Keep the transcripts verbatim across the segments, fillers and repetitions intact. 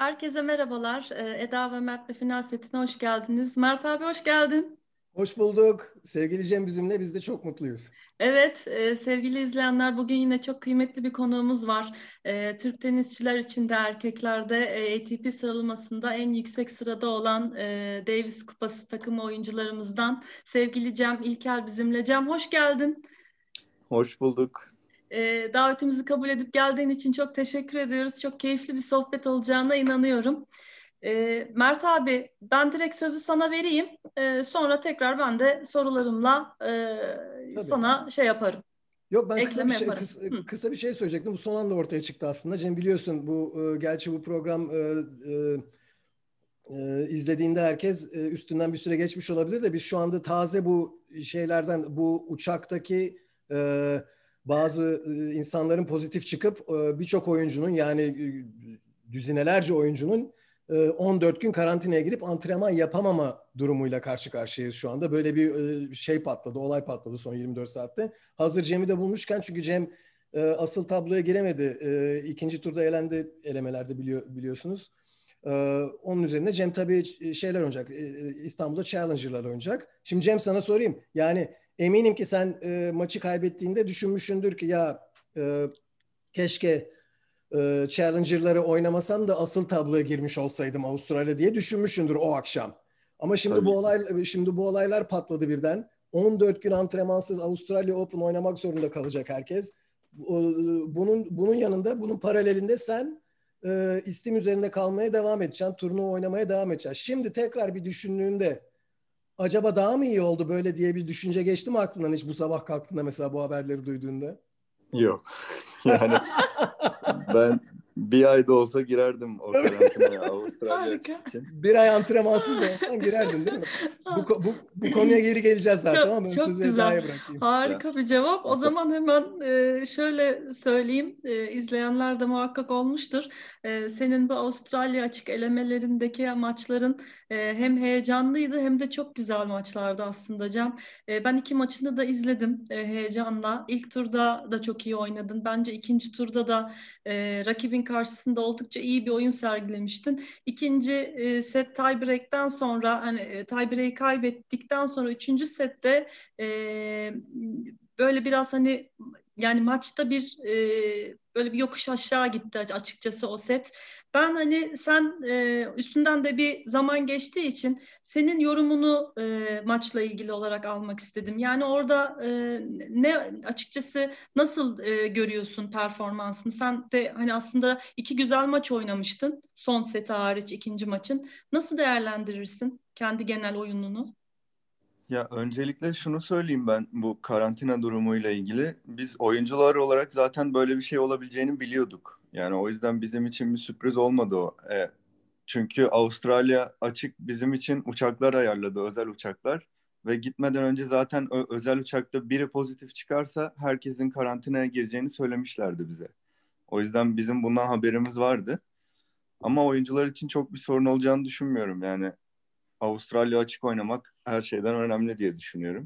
Herkese merhabalar. Ee, Eda ve Mert'le final setine hoş geldiniz. Mert abi hoş geldin. Hoş bulduk. Sevgili Cem bizimle. Biz de çok mutluyuz. Evet, e, sevgili izleyenler bugün yine çok kıymetli bir konuğumuz var. E, Türk tenisçiler için de erkeklerde e, A T P sıralamasında en yüksek sırada olan e, Davis Kupası takımı oyuncularımızdan sevgili Cem İlker bizimle. Cem hoş geldin. Hoş bulduk. E, davetimizi kabul edip geldiğin için çok teşekkür ediyoruz. Çok keyifli bir sohbet olacağına inanıyorum. E, Mert abi ben direkt sözü sana vereyim. E, sonra tekrar ben de sorularımla e, Tabii. sana şey yaparım. Yok ben kısa bir Ekleme şey yaparım. kısa, Hı. kısa bir şey söyleyecektim. Bu son anda ortaya çıktı aslında. Cem biliyorsun bu e, gerçi bu program e, e, e, izlediğinde herkes e, üstünden bir süre geçmiş olabilir de biz şu anda taze bu şeylerden bu uçaktaki e, bazı e, insanların pozitif çıkıp e, birçok oyuncunun yani e, düzinelerce oyuncunun e, on dört gün karantinaya girip antrenman yapamama durumuyla karşı karşıyayız şu anda. Böyle bir e, şey patladı, olay patladı son yirmi dört saatte. Hazır Cem'i de bulmuşken çünkü Cem e, asıl tabloya giremedi. E, ikinci turda elendi elemelerde biliyor, biliyorsunuz. Ee, onun üzerine Cem tabii şeyler oynayacak. Ee, İstanbul'da Challenger'lar oynayacak. Şimdi Cem sana sorayım. Yani eminim ki sen e, maçı kaybettiğinde düşünmüşsündür ki ya e, keşke e, Challenger'ları oynamasam da asıl tabloya girmiş olsaydım Avustralya diye düşünmüşsündür o akşam. Ama şimdi bu Tabii ki. olay şimdi bu olaylar patladı birden. on dört gün antrenmansız Avustralya Open oynamak zorunda kalacak herkes. Bunun bunun yanında, bunun paralelinde sen e, istim üzerinde kalmaya devam edeceksin. Turnuva oynamaya devam edeceksin. Şimdi tekrar bir düşündüğünde acaba daha mı iyi oldu böyle diye bir düşünce geçti mi aklından hiç bu sabah kalktığında mesela bu haberleri duyduğunda? Yok. Yani ben bir ayda olsa girerdim o karantinaya Avustralya açık Harika. için. Bir ay antrenmansız da olsan girerdin değil mi? Bu, bu, bu konuya geri geleceğiz zaten Çok ama ben çok sözü güzel. Eda'ya bırakayım. Ya, Harika bir cevap. O zaman hemen e, şöyle söyleyeyim. E, izleyenler de muhakkak olmuştur. E, senin bu Avustralya açık elemelerindeki maçların e, hem heyecanlıydı hem de çok güzel maçlardı aslında Can. E, ben iki maçını da izledim e, heyecanla. İlk turda da çok iyi oynadın. Bence ikinci turda da e, rakibin karşısında oldukça iyi bir oyun sergilemiştin. İkinci e, set tiebreak'ten sonra hani e, tiebreak'i kaybettikten sonra üçüncü sette e, böyle biraz hani yani maçta bir e, böyle bir yokuş aşağı gitti açıkçası o set. Ben hani sen e, üstünden de bir zaman geçtiği için senin yorumunu e, maçla ilgili olarak almak istedim. Yani orada e, ne açıkçası nasıl e, görüyorsun performansını? Sen de hani aslında iki güzel maç oynamıştın. Son seti hariç ikinci maçın. Nasıl değerlendirirsin kendi genel oyununu? ya öncelikle şunu söyleyeyim ben bu karantina durumuyla ilgili. Biz oyuncular olarak zaten böyle bir şey olabileceğini biliyorduk. Yani o yüzden bizim için bir sürpriz olmadı o. E, çünkü Avustralya açık bizim için uçaklar ayarladı, özel uçaklar. Ve gitmeden önce zaten ö- özel uçakta biri pozitif çıkarsa herkesin karantinaya gireceğini söylemişlerdi bize. O yüzden bizim bundan haberimiz vardı. Ama oyuncular için çok bir sorun olacağını düşünmüyorum. Yani Avustralya açık oynamak her şeyden önemli diye düşünüyorum.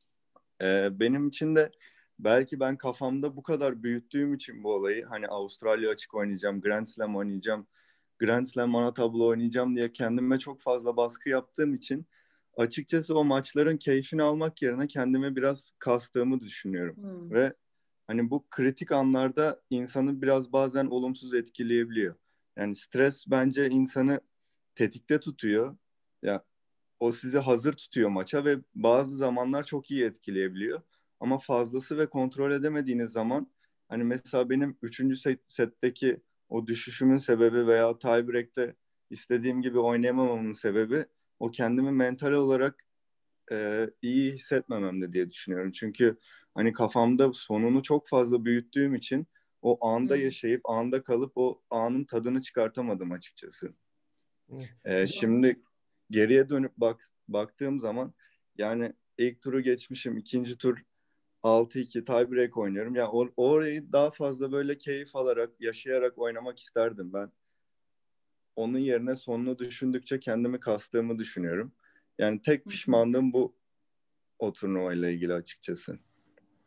Ee, benim için de belki ben kafamda bu kadar büyüttüğüm için bu olayı hani Avustralya açık oynayacağım, Grand Slam oynayacağım, Grand Slam ana tablo oynayacağım diye kendime çok fazla baskı yaptığım için açıkçası o maçların keyfini almak yerine kendimi biraz kastığımı düşünüyorum. Hmm. Ve hani bu kritik anlarda insanı biraz bazen olumsuz etkileyebiliyor. Yani stres bence insanı tetikte tutuyor. Ya o sizi hazır tutuyor maça ve bazı zamanlar çok iyi etkileyebiliyor. Ama fazlası ve kontrol edemediğiniz zaman hani mesela benim üçüncü set, setteki o düşüşümün sebebi veya tiebreak'te istediğim gibi oynayamamamın sebebi o kendimi mental olarak e, iyi hissetmememde diye düşünüyorum. Çünkü hani kafamda sonunu çok fazla büyüttüğüm için o anda Hmm. yaşayıp anda kalıp o anın tadını çıkartamadım açıkçası. Evet. E, şimdi geriye dönüp bak, baktığım zaman yani ilk turu geçmişim, ikinci tur altı iki tiebreak oynuyorum. Yani or- orayı daha fazla böyle keyif alarak, yaşayarak oynamak isterdim ben. Onun yerine sonunu düşündükçe kendimi kastığımı düşünüyorum. Yani tek Hı hı. pişmanlığım bu o turnuvayla ilgili açıkçası.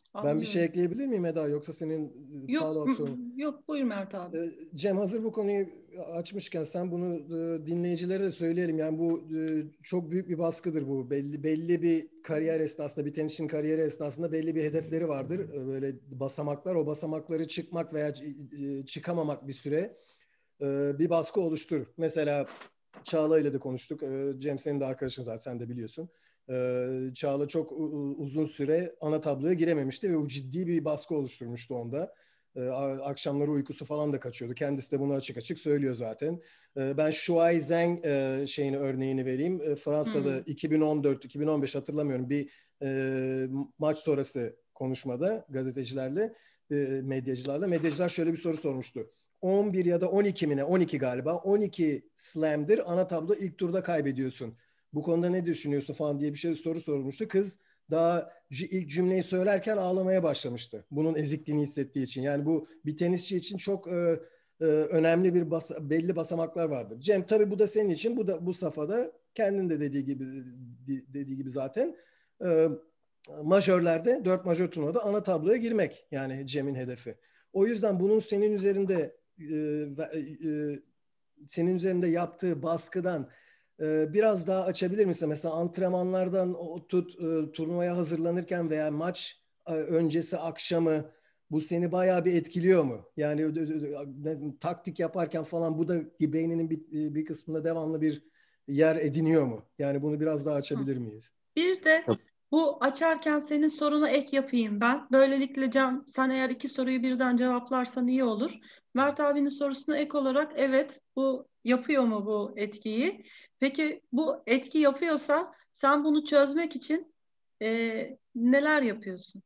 Ben bir şey Anlıyorum. ekleyebilir miyim Eda? Yoksa senin e, Yok, follow-up sorun. yok buyur Mert abi. E, Cem, hazır bu konuyu açmışken sen bunu e, dinleyicilere de söyleyelim. Yani bu e, çok büyük bir baskıdır bu. Belli belli bir kariyer esnasında, bir tenisçinin kariyeri esnasında belli bir hedefleri vardır. E, Böyle basamaklar, o basamakları çıkmak veya e, çıkamamak bir süre e, bir baskı oluşturur. Mesela Çağla ile de konuştuk. E, Cem, senin de arkadaşın zaten, sen de biliyorsun. E, Çağla çok uzun süre ana tabloya girememişti ve o ciddi bir baskı oluşturmuştu onda. E, akşamları uykusu falan da kaçıyordu. Kendisi de bunu açık açık söylüyor zaten. E, ben Shuai Zhang e, şeyini örneğini vereyim. E, Fransa'da Hmm. iki bin on dört iki bin on beş hatırlamıyorum, bir e, maç sonrası konuşmada gazetecilerle, e, medyacılarla medyacılar şöyle bir soru sormuştu. on bir ya da on iki mi ne? on iki galiba. on iki slam'dir. Ana tablo ilk turda kaybediyorsun. Bu konuda ne düşünüyorsun falan diye bir şey soru sormuştu. Kız daha ilk cümleyi söylerken ağlamaya başlamıştı. Bunun ezikliğini hissettiği için. Yani bu bir tenisçi için çok e, e, önemli bir bas belli basamaklar vardır. Cem, tabii bu da senin için, bu da bu safhada kendin de dediği gibi dediği gibi zaten e, majörlerde, dört majör turnuvada ana tabloya girmek yani Cem'in hedefi. O yüzden bunun senin üzerinde e, e, senin üzerinde yaptığı baskıdan e, biraz daha açabilir misin? Mesela antrenmanlardan o tut e, turnuvaya hazırlanırken veya maç e, öncesi akşamı bu seni bayağı bir etkiliyor mu? Yani ö- ö- ö- taktik yaparken falan bu da beyninin bir, bir kısmında devamlı bir yer ediniyor mu? Yani bunu biraz daha Hı. açabilir miyiz? Bir de bu açarken senin sorunu ek yapayım ben. Böylelikle Can, sen eğer iki soruyu birden cevaplarsan iyi olur. Mert abinin sorusuna ek olarak evet bu yapıyor mu bu etkiyi? Peki bu etki yapıyorsa sen bunu çözmek için e, neler yapıyorsun?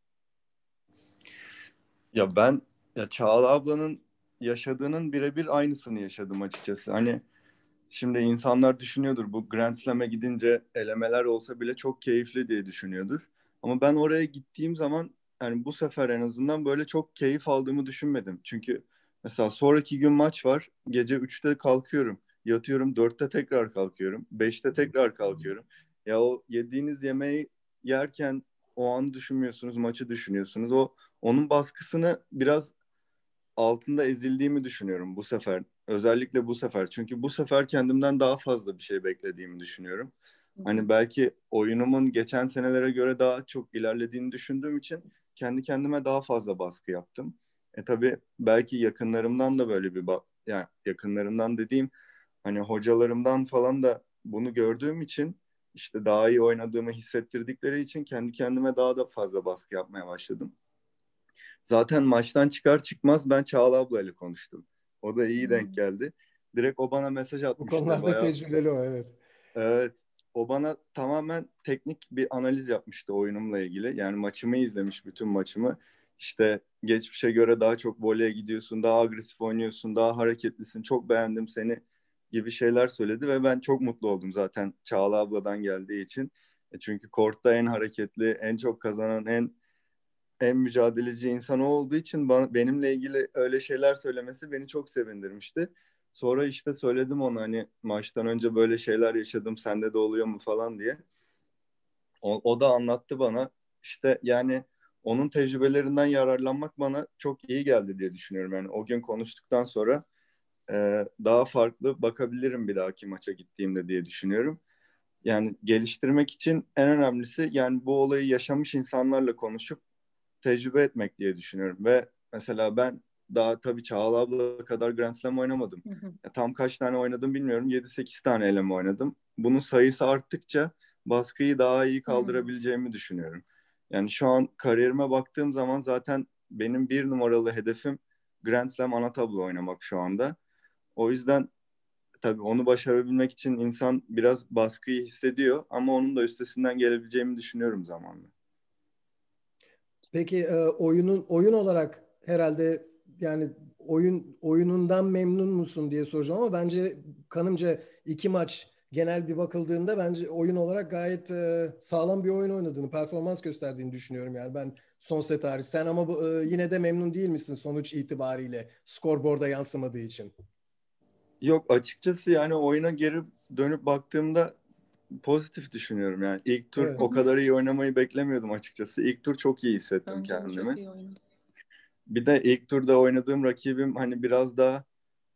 Ya ben ya Çağla ablanın yaşadığının birebir aynısını yaşadım açıkçası. Hani şimdi insanlar düşünüyordur bu Grand Slam'e gidince elemeler olsa bile çok keyifli diye düşünüyordur. Ama ben oraya gittiğim zaman yani bu sefer en azından böyle çok keyif aldığımı düşünmedim. Çünkü mesela sonraki gün maç var. Gece üçte kalkıyorum. Yatıyorum, dörtte tekrar kalkıyorum. Beşte tekrar kalkıyorum. Ya o yediğiniz yemeği yerken o an düşünmüyorsunuz, maçı düşünüyorsunuz. O onun baskısını biraz altında ezildiğimi düşünüyorum bu sefer. Özellikle bu sefer. Çünkü bu sefer kendimden daha fazla bir şey beklediğimi düşünüyorum. Hı hı. Hani belki oyunumun geçen senelere göre daha çok ilerlediğini düşündüğüm için kendi kendime daha fazla baskı yaptım. E tabii belki yakınlarımdan da böyle bir ba- yani yakınlarımdan dediğim hani hocalarımdan falan da bunu gördüğüm için işte daha iyi oynadığımı hissettirdikleri için kendi kendime daha da fazla baskı yapmaya başladım. Zaten maçtan çıkar çıkmaz ben Çağla ablayla konuştum. O da iyi denk Hmm. geldi. Direkt o bana mesaj Bu atmıştı. konularda Bayağı tecrübeli o, evet. evet. O bana tamamen teknik bir analiz yapmıştı oyunumla ilgili. Yani maçımı izlemiş, bütün maçımı. İşte geçmişe göre daha çok voleye gidiyorsun, daha agresif oynuyorsun, daha hareketlisin. Çok beğendim seni gibi şeyler söyledi ve ben çok mutlu oldum zaten Çağla abladan geldiği için. E çünkü kortta en hareketli, en çok kazanan, en en mücadeleci insan o olduğu için bana, benimle ilgili öyle şeyler söylemesi beni çok sevindirmişti. Sonra işte söyledim ona hani maçtan önce böyle şeyler yaşadım sende de oluyor mu falan diye. O, o da anlattı bana. İşte yani onun tecrübelerinden yararlanmak bana çok iyi geldi diye düşünüyorum. Yani o gün konuştuktan sonra e, daha farklı bakabilirim bir dahaki maça gittiğimde diye düşünüyorum. Yani geliştirmek için en önemlisi yani bu olayı yaşamış insanlarla konuşup tecrübe etmek diye düşünüyorum. Ve mesela ben daha tabii Çağla abla kadar Grand Slam oynamadım. Hı hı. Ya tam kaç tane oynadım bilmiyorum. yedi sekiz tane eleme oynadım. Bunun sayısı arttıkça baskıyı daha iyi Hmm. kaldırabileceğimi düşünüyorum. Yani şu an kariyerime baktığım zaman zaten benim bir numaralı hedefim Grand Slam ana tablo oynamak şu anda. O yüzden tabii onu başarabilmek için insan biraz baskıyı hissediyor ama onun da üstesinden gelebileceğimi düşünüyorum zamanla. Peki e, oyunun oyun olarak herhalde yani oyun oyunundan memnun musun diye soracağım ama bence kanımca iki maç genel bir bakıldığında bence oyun olarak gayet e, sağlam bir oyun oynadığını, performans gösterdiğini düşünüyorum yani ben son set hariç. Sen ama bu, e, yine de memnun değil misin sonuç itibariyle skorboarda yansımadığı için? Yok açıkçası yani oyuna geri dönüp baktığımda pozitif düşünüyorum yani. İlk tur Evet. o kadar iyi oynamayı beklemiyordum açıkçası. İlk tur çok iyi hissettim Bence de çok kendimi. iyi oynadı. Bir de ilk turda oynadığım rakibim hani biraz daha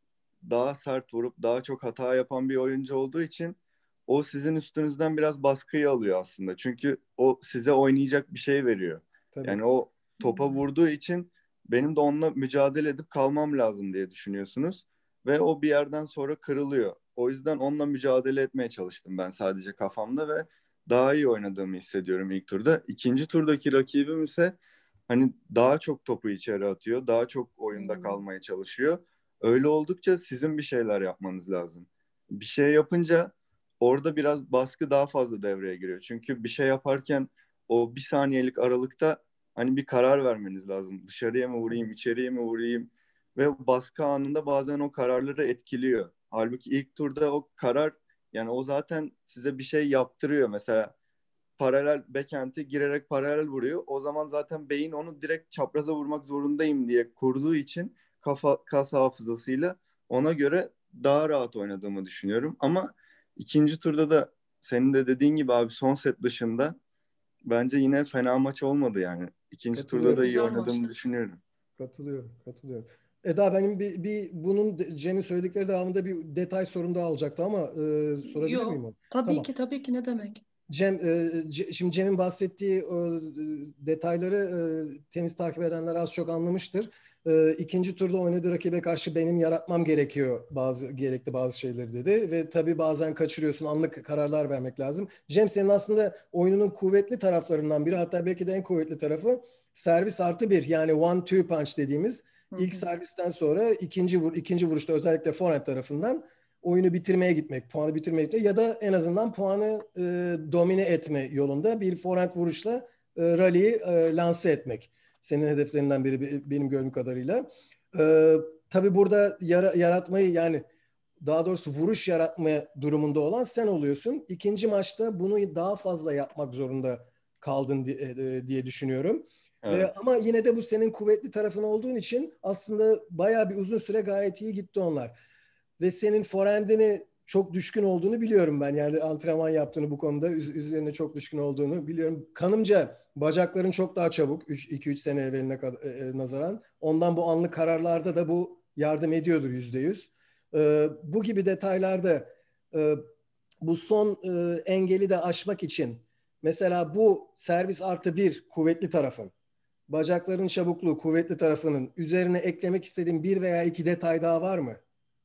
daha sert vurup daha çok hata yapan bir oyuncu olduğu için o sizin üstünüzden biraz baskıyı alıyor aslında. Çünkü o size oynayacak bir şey veriyor. Tabii. Yani o topa Hmm. vurduğu için benim de onunla mücadele edip kalmam lazım diye düşünüyorsunuz. Ve o bir yerden sonra kırılıyor. O yüzden onunla mücadele etmeye çalıştım ben sadece kafamda ve daha iyi oynadığımı hissediyorum ilk turda. İkinci turdaki rakibim ise hani daha çok topu içeri atıyor, daha çok oyunda Hmm. kalmaya çalışıyor. Öyle oldukça sizin bir şeyler yapmanız lazım. Bir şey yapınca orada biraz baskı daha fazla devreye giriyor. Çünkü bir şey yaparken o bir saniyelik aralıkta hani bir karar vermeniz lazım. Dışarıya mı vurayım, içeriye mi vurayım? Ve o baskı anında bazen o kararları etkiliyor. Halbuki ilk turda o karar yani o zaten size bir şey yaptırıyor. Mesela paralel backhand'e girerek paralel vuruyor. O zaman zaten beyin onu direkt çapraza vurmak zorundayım diye kurduğu için kafa kas hafızasıyla ona göre daha rahat oynadığımı düşünüyorum. Ama ikinci turda da senin de dediğin gibi abi son set dışında bence yine fena maç olmadı yani. İkinci turda da Katılıyorum. iyi Güzel oynadığımı maçtı. düşünüyorum. Katılıyorum. Katılıyorum. Eda benim bir, bir bunun de- Cem'in söyledikleri devamında bir detay sorum daha olacaktı ama e, sorabilir miyim Yok. onu? Tabii Tamam. ki tabii ki ne demek? Cem, e, C- şimdi Cem'in bahsettiği e, detayları e, tenis takip edenler az çok anlamıştır. E, ikinci turda oynadığı rakibe karşı benim yaratmam gerekiyor bazı gerekli bazı şeyleri dedi ve tabii bazen kaçırıyorsun, anlık kararlar vermek lazım. Cem senin aslında oyununun kuvvetli taraflarından biri, hatta belki de en kuvvetli tarafı servis artı bir, yani one two punch dediğimiz Hı ilk hı. servisten sonra ikinci vur, ikinci vuruşta özellikle forehand tarafından oyunu bitirmeye gitmek, puanı bitirmeye gitmek ya da en azından puanı e, domine etme yolunda bir forehand vuruşla e, rally'yi e, lanse etmek. Senin hedeflerinden biri benim gördüğüm kadarıyla. E, tabii burada yara, yaratmayı, yani daha doğrusu vuruş yaratma durumunda olan sen oluyorsun. İkinci maçta bunu daha fazla yapmak zorunda kaldın diye, e, diye düşünüyorum. E, Evet. ama yine de bu senin kuvvetli tarafın olduğun için aslında bayağı bir uzun süre gayet iyi gitti onlar. Ve senin forehand'ine çok düşkün olduğunu biliyorum ben. Yani antrenman yaptığını bu konuda, üzerine çok düşkün olduğunu biliyorum. Kanımca bacakların çok daha çabuk iki üç sene evveline e, nazaran. Ondan bu anlık kararlarda da bu yardım ediyordur yüzde yüz. E, bu gibi detaylarda e, bu son e, engeli de aşmak için mesela bu servis artı bir kuvvetli tarafın, bacakların çabukluğu kuvvetli tarafının üzerine eklemek istediğin bir veya iki detay daha var mı?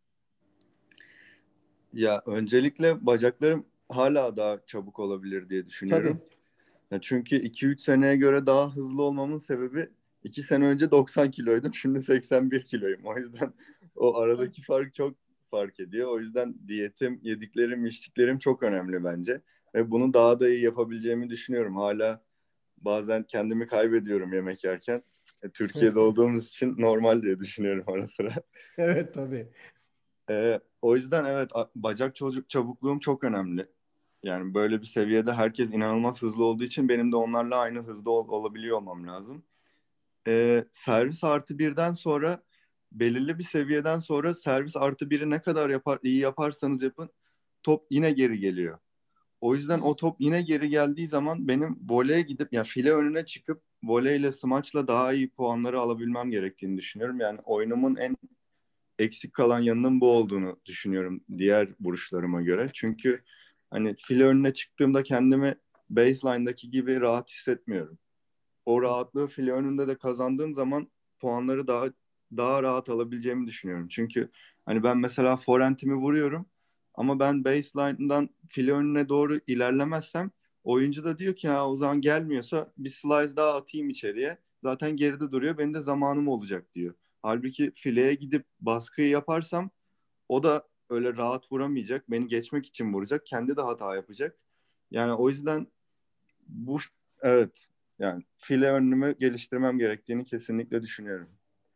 Ya öncelikle bacaklarım hala daha çabuk olabilir diye Tabii. düşünüyorum. Ya çünkü iki üç seneye göre daha hızlı olmamın sebebi iki sene önce doksan kiloydum. Şimdi seksen bir kiloyum. O yüzden o aradaki fark çok fark ediyor. O yüzden diyetim, yediklerim, içtiklerim çok önemli bence. Ve bunu daha da iyi yapabileceğimi düşünüyorum. Hala bazen kendimi kaybediyorum yemek yerken. E, Türkiye'de olduğumuz için normal diye düşünüyorum ara sıra. Evet tabii. E, o yüzden evet a- bacak çocuk çabukluğum çok önemli. Yani böyle bir seviyede herkes inanılmaz hızlı olduğu için benim de onlarla aynı hızda ol- olabiliyor olmam lazım. Ee, servis artı birden sonra belirli bir seviyeden sonra servis artı biri ne kadar yapar, iyi yaparsanız yapın top yine geri geliyor. O yüzden o top yine geri geldiği zaman benim voleye gidip ya file önüne çıkıp voleyle smaçla daha iyi puanları alabilmem gerektiğini düşünüyorum. Yani oyunumun en eksik kalan yanının bu olduğunu düşünüyorum diğer vuruşlarıma göre. Çünkü hani file önüne çıktığımda kendimi baseline'daki gibi rahat hissetmiyorum. O rahatlığı file önünde de kazandığım zaman puanları daha daha rahat alabileceğimi düşünüyorum. Çünkü hani ben mesela forehand'imi vuruyorum ama ben baseline'dan file önüne doğru ilerlemezsem oyuncu da diyor ki ha o zaman gelmiyorsa bir slice daha atayım içeriye. Zaten geride duruyor. Benim de zamanım olacak diyor. Halbuki fileye gidip baskıyı yaparsam o da öyle rahat vuramayacak. Beni geçmek için vuracak. Kendi de hata yapacak. Yani o yüzden bu evet yani file önümü geliştirmem gerektiğini kesinlikle düşünüyorum.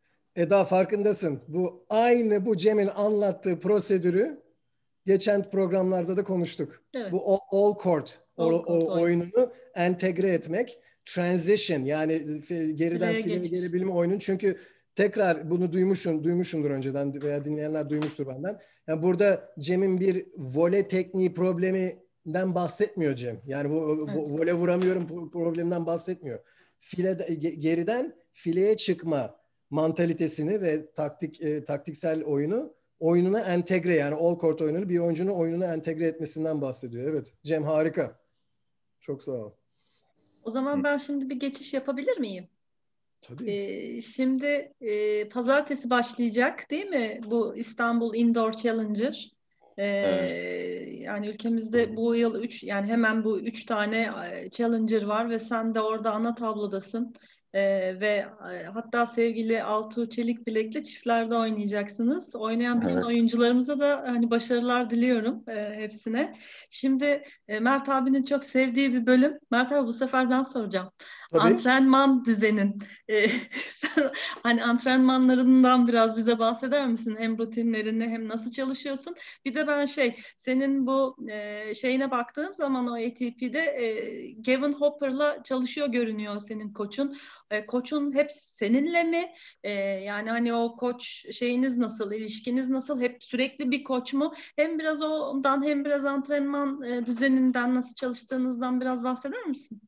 Eda farkındasın. Bu aynı bu Cem'in anlattığı prosedürü geçen programlarda da konuştuk. Evet. Bu all, all court o, All court o oyun. oyununu entegre etmek, transition, yani fi- geriden Fileye fileye geçiş. gelebilme oyunun, çünkü tekrar bunu duymuşsun, duymuşsundur önceden veya dinleyenler duymuştur benden. Yani burada Cem'in bir voley tekniği problemi probleminden bahsetmiyor Cem. Yani bu Evet. vole vuramıyorum probleminden bahsetmiyor. File geriden fileye çıkma mantalitesini ve taktik e, taktiksel oyunu oyununa entegre, yani all court oyununu bir oyuncunun oyununa entegre etmesinden bahsediyor. Evet Cem, harika. Çok sağ ol. O zaman ben şimdi bir geçiş yapabilir miyim? Tabii. Ee, şimdi e, pazartesi başlayacak değil mi bu İstanbul Indoor Challenger? Ee, Evet. Yani ülkemizde bu yıl üç, yani hemen bu üç tane e, Challenger var ve sen de orada ana tablodasın. Ee, ve e, hatta sevgili Altuğ Çelik Bilek'le çiftlerde oynayacaksınız. Oynayan bütün Evet. oyuncularımıza da hani başarılar diliyorum e, hepsine. Şimdi e, Mert abinin çok sevdiği bir bölüm. Mert abi, bu sefer ben soracağım. Tabii. Antrenman düzenin. E, sen hani antrenmanlarından biraz bize bahseder misin? Hem rutinlerini hem nasıl çalışıyorsun? Bir de ben şey, senin bu e, şeyine baktığım zaman o A T P'de e, Gavin Hopper'la çalışıyor görünüyor senin koçun. E, koçun hep seninle mi? E, yani hani o koç şeyiniz nasıl, ilişkiniz nasıl? Hep sürekli bir koç mu? Hem biraz ondan hem biraz antrenman e, düzeninden, nasıl çalıştığınızdan biraz bahseder misin?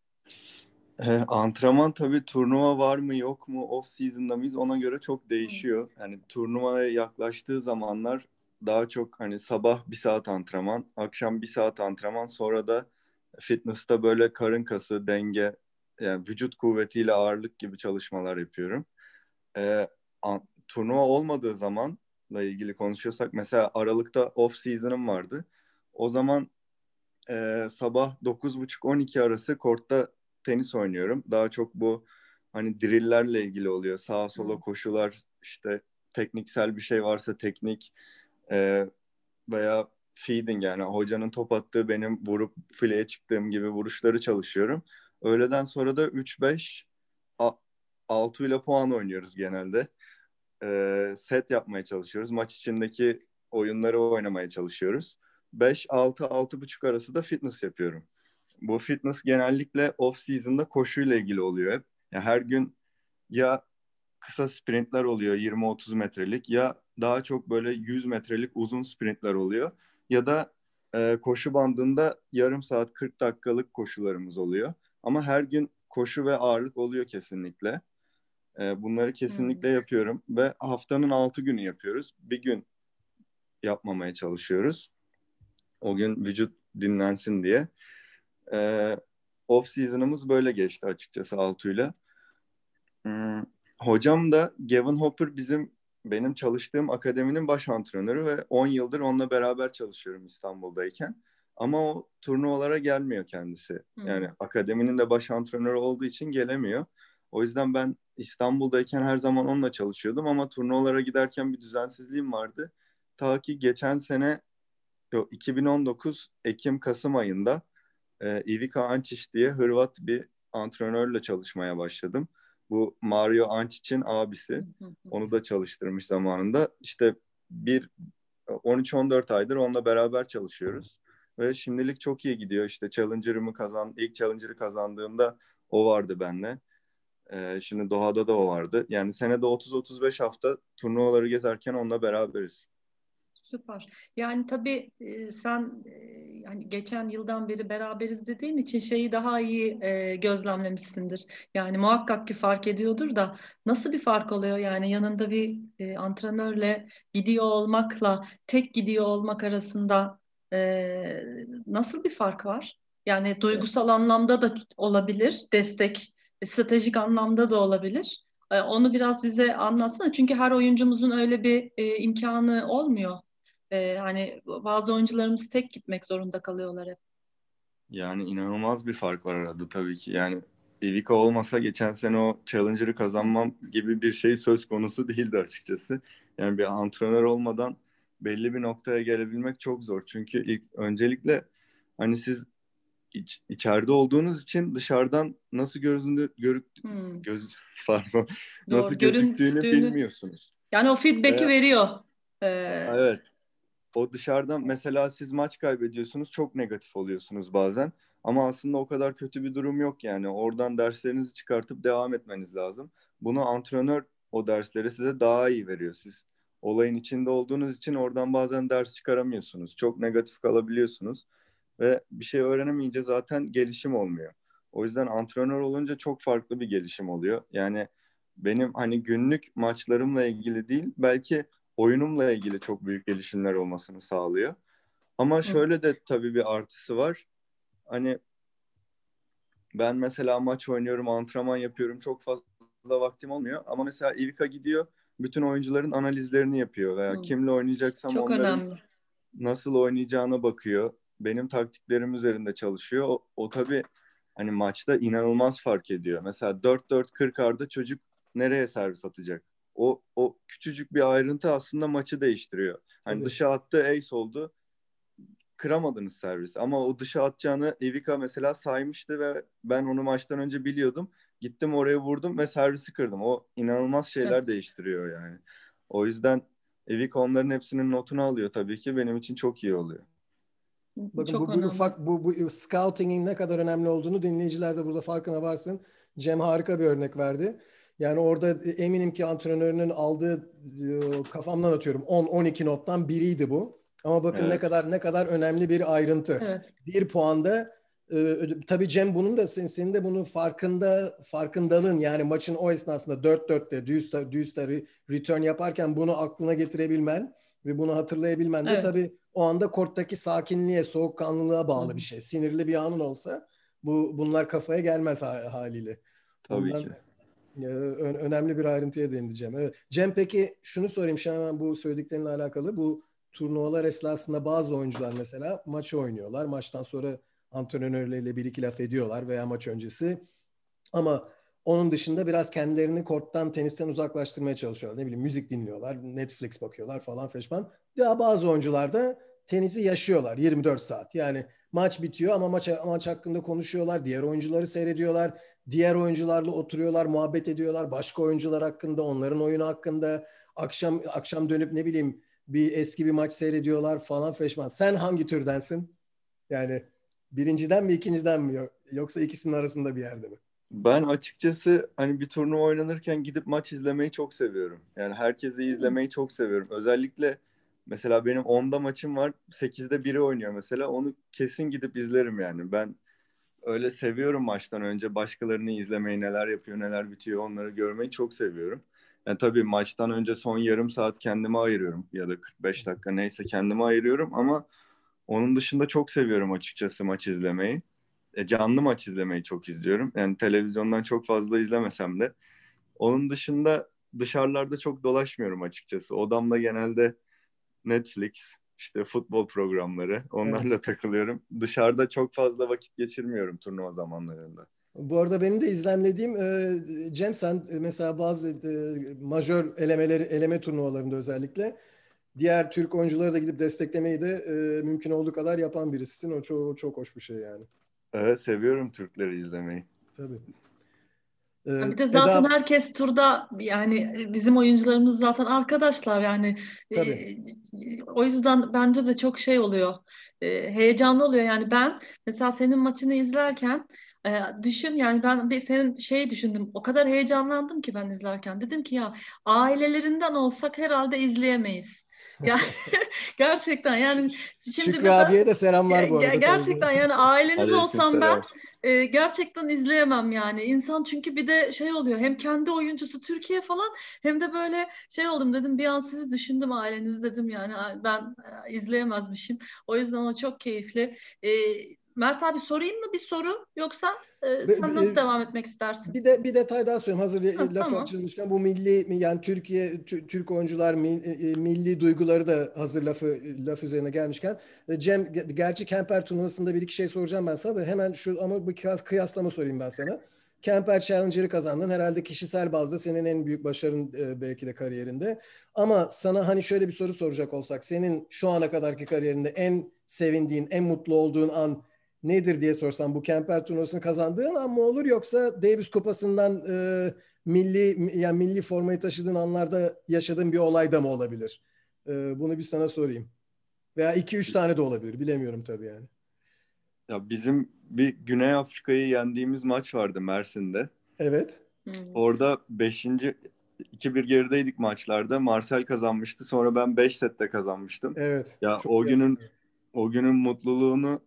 E, antrenman tabii, turnuva var mı yok mu, off season'da mıyız, ona göre çok değişiyor. Yani turnuvaya yaklaştığı zamanlar daha çok hani sabah bir saat antrenman, akşam bir saat antrenman, sonra da fitness'ta böyle karın kası, denge, yani vücut kuvvetiyle ağırlık gibi çalışmalar yapıyorum. E, an- Turnuva olmadığı zamanla ilgili konuşuyorsak, mesela Aralık'ta off season'ım vardı. O zaman e, sabah dokuz buçuk on iki arası kortta tenis oynuyorum. Daha çok bu hani drill'lerle ilgili oluyor. Sağa sola Hı. koşular, işte tekniksel bir şey varsa teknik, e, veya feeding, yani hocanın top attığı benim vurup fileye çıktığım gibi vuruşları çalışıyorum. Öğleden sonra da üç beş altı ile puan oynuyoruz genelde. E, set yapmaya çalışıyoruz. Maç içindeki oyunları oynamaya çalışıyoruz. beş altı altı buçuk arası da fitness yapıyorum. Bu fitness genellikle off season'da koşuyla ilgili oluyor hep. Ya her gün ya kısa sprintler oluyor yirmi otuz metrelik, ya daha çok böyle yüz metrelik uzun sprintler oluyor. Ya da e, koşu bandında yarım saat kırk dakikalık koşularımız oluyor. Ama her gün koşu ve ağırlık oluyor kesinlikle. E, bunları Hı. kesinlikle yapıyorum ve haftanın altı günü yapıyoruz. Bir gün yapmamaya çalışıyoruz. O gün vücut dinlensin diye. E, Off season'ımız böyle geçti açıkçası Altuğ'yla. Hmm, Hocam da Gavin Hopper, bizim benim çalıştığım akademinin baş antrenörü ve on yıldır onunla beraber çalışıyorum İstanbul'dayken. Ama o turnuvalara gelmiyor kendisi. Yani Hı. akademinin de baş antrenörü olduğu için gelemiyor. O yüzden ben İstanbul'dayken her zaman onunla çalışıyordum ama turnuvalara giderken bir düzensizliğim vardı. Ta ki geçen sene, yok, iki bin on dokuz Ekim-Kasım ayında e, Ivica Ančić diye Hırvat bir antrenörle çalışmaya başladım. Bu Mario Ančić'in Hı abisi. hı hı. Onu da çalıştırmış zamanında. İşte bir on üç on dört aydır onunla beraber çalışıyoruz. Ve şimdilik çok iyi gidiyor. İşte Challenger'ımı kazan, ilk Challenger'ı kazandığımda o vardı benimle. Ee, şimdi Doha'da da o vardı. Yani senede otuz otuz beş hafta turnuvaları gezerken onunla beraberiz. Süper. Yani tabii e, sen e, yani geçen yıldan beri beraberiz dediğin için şeyi daha iyi e, gözlemlemişsindir. Yani muhakkak ki fark ediyordur da nasıl bir fark oluyor? Yani yanında bir e, antrenörle gidiyor olmakla tek gidiyor olmak arasında e, nasıl bir fark var? Yani duygusal anlamda da olabilir, destek, stratejik anlamda da olabilir. E, Onu biraz bize anlatsana. Çünkü her oyuncumuzun öyle bir e, imkanı olmuyor. Ee, hani bazı oyuncularımız tek gitmek zorunda kalıyorlar hep. Yani inanılmaz bir fark var arada tabii ki. Yani Ivica olmasa geçen sene o Challenger'ı Hı. kazanmam gibi bir şey söz konusu değildi açıkçası. Yani bir antrenör olmadan belli bir noktaya gelebilmek çok zor. Çünkü ilk öncelikle hani siz iç, içeride olduğunuz için dışarıdan nasıl gözünde görük Hmm, göz pardon, nasıl doğru. gözüktüğünü Göründüğünü, bilmiyorsunuz. yani o feedback'i Ve veriyor. Ee, evet, o dışarıdan mesela siz maç kaybediyorsunuz, çok negatif oluyorsunuz bazen. Ama aslında o kadar kötü bir durum yok yani. Oradan derslerinizi çıkartıp devam etmeniz lazım. Bunu antrenör o dersleri size daha iyi veriyor. Siz olayın içinde olduğunuz için oradan bazen ders çıkaramıyorsunuz. Çok negatif kalabiliyorsunuz. ve bir şey öğrenemeyince zaten gelişim olmuyor. O yüzden antrenör olunca çok farklı bir gelişim oluyor. Yani benim hani günlük maçlarımla ilgili değil, belki oyunumla ilgili çok büyük gelişimler olmasını sağlıyor. Ama Hı. şöyle de tabii bir artısı var. Hani ben mesela maç oynuyorum, antrenman yapıyorum. Çok fazla vaktim olmuyor. Ama mesela Ivica gidiyor, bütün oyuncuların analizlerini yapıyor. Veya Hı. kimle oynayacaksam Çok onların önemli. nasıl oynayacağına bakıyor. Benim taktiklerim üzerinde çalışıyor. O, o tabii hani maçta inanılmaz fark ediyor. Mesela dört dört kırk arda çocuk nereye servis atacak? O, o küçücük bir ayrıntı aslında maçı değiştiriyor. Hani Tabii. dışa attı, ace oldu, kıramadınız servis. Ama o dışa atacağını Ivica mesela saymıştı ve ben onu maçtan önce biliyordum. Gittim oraya vurdum ve servisi kırdım. O inanılmaz İşte şeyler değiştiriyor yani. O yüzden Ivica onların hepsinin notunu alıyor tabii ki. Benim için çok iyi oluyor. bu Bakın çok bu, bu önemli. ufak bu, bu scouting'in ne kadar önemli olduğunu dinleyiciler de burada farkına varsın. Cem harika bir örnek verdi. Yani orada eminim ki antrenörünün aldığı e, kafamdan atıyorum on on iki nottan biriydi bu. Ama bakın ne Evet, kadar ne kadar önemli bir ayrıntı. Evet. Bir puanda e, tabii Cem bunun da senin, senin de bunun farkında farkındalığın yani maçın o esnasında dört dörtte düz düz return yaparken bunu aklına getirebilmen ve bunu hatırlayabilmen de Evet. tabii o anda korttaki sakinliğe, soğukkanlılığa Hı bağlı bir hı. şey. Sinirli bir anın olsa bu bunlar kafaya gelmez haliyle. tabii Ondan ki. e, ö- önemli bir ayrıntıya değineceğim. Evet. Cem peki şunu sorayım şimdi hemen bu söylediklerinle alakalı. Bu turnuvalar esnasında bazı oyuncular mesela maçı oynuyorlar. Maçtan sonra antrenörleriyle bir iki laf ediyorlar veya maç öncesi. Ama onun dışında biraz kendilerini korttan, tenisten uzaklaştırmaya çalışıyorlar. Ne bileyim müzik dinliyorlar, Netflix bakıyorlar falan feşman. Daha bazı oyuncular da tenisi yaşıyorlar yirmi dört saat. Yani maç bitiyor ama maç, maç hakkında konuşuyorlar. Diğer oyuncuları seyrediyorlar. Diğer oyuncularla oturuyorlar, muhabbet ediyorlar. Başka oyuncular hakkında, onların oyunu hakkında. Akşam akşam dönüp ne bileyim bir eski bir maç seyrediyorlar falan feşman. Sen hangi türdensin? Yani birinciden mi ikinciden mi yoksa ikisinin arasında bir yerde mi? Ben açıkçası hani bir turnuva oynanırken gidip maç izlemeyi çok seviyorum. Yani herkesi Hı. izlemeyi çok seviyorum. Özellikle mesela benim onda maçım var, sekizde biri oynuyor mesela. Onu kesin gidip izlerim yani. Ben öyle seviyorum maçtan önce başkalarını izlemeyi, neler yapıyor, neler bitiyor onları görmeyi çok seviyorum. Yani tabii maçtan önce son yarım saat kendime ayırıyorum ya da kırk beş dakika neyse kendime ayırıyorum ama onun dışında çok seviyorum açıkçası maç izlemeyi. E, canlı maç izlemeyi çok izliyorum. Yani televizyondan çok fazla izlemesem de. Onun dışında dışarılarda çok dolaşmıyorum açıkçası. Odamda genelde Netflix, işte futbol programları, Evet. onlarla takılıyorum. Dışarıda çok fazla vakit geçirmiyorum turnuva zamanlarında. Bu arada benim de izlemlediğim e, Cem sen e, mesela bazı e, majör elemeleri eleme turnuvalarında özellikle diğer Türk oyuncuları da gidip desteklemeyi de e, mümkün olduğu kadar yapan birisisin. O çok çok hoş bir şey yani. Evet, seviyorum Türkleri izlemeyi. Tabii. Ya E, bir de zaten Eda herkes turda yani e, bizim oyuncularımız zaten arkadaşlar yani tabii. e, o yüzden bence de çok şey oluyor. E, heyecanlı oluyor yani ben mesela senin maçını izlerken e, düşün yani ben bir senin şeyi düşündüm. O kadar heyecanlandım ki ben izlerken. Dedim ki ya ailelerinden olsak herhalde izleyemeyiz. Ya gerçekten Ş- yani Ş- şimdi Şükrü mesela abiye de selamlar bu Ge- ge- arada tabii. gerçekten yani aileniz olsam ben Aleykümselam. e, gerçekten izleyemem yani. İnsan çünkü bir de şey oluyor hem kendi oyuncusu Türkiye falan hem de böyle şey oldum dedim bir an sizi düşündüm ailenizi dedim yani "Ay, ben e, izleyemezmişim. O yüzden o çok keyifli. E, Mert abi sorayım mı bir soru yoksa e, Be- sen nasıl be- devam etmek istersin? Bir de bir detay daha söyleyeyim. Hazır Ha, e, laf tamam. açılmışken bu milli yani Türkiye Tü- Türk oyuncular mi- e, milli duyguları da hazır lafı laf üzerine gelmişken e, Cem ge- gerçi Kemper turnuvasında bir iki şey soracağım ben sana da hemen şu ama bir kıyas- kıyaslama sorayım ben sana. Kemper Challenger'ı kazandın. Herhalde kişisel bazda senin en büyük başarın e, belki de kariyerinde. Ama sana hani şöyle bir soru soracak olsak senin şu ana kadarki kariyerinde en sevindiğin, en mutlu olduğun an nedir diye sorsam bu Kemper turnuvasını kazandığın an mı olur yoksa Davis Kupası'ndan e, milli yani milli formayı taşıdığın anlarda yaşadığın bir olay da mı olabilir? E, bunu bir sana sorayım. Veya iki üç tane de olabilir. Bilemiyorum tabii yani. Ya bizim bir Güney Afrika'yı yendiğimiz maç vardı Mersin'de. Evet. Hmm. Orada beşinci iki bir gerideydik maçlarda. Marcel kazanmıştı. Sonra ben beş sette kazanmıştım. Evet. Ya Çok o iyi günün hatırlıyorum. o günün mutluluğunu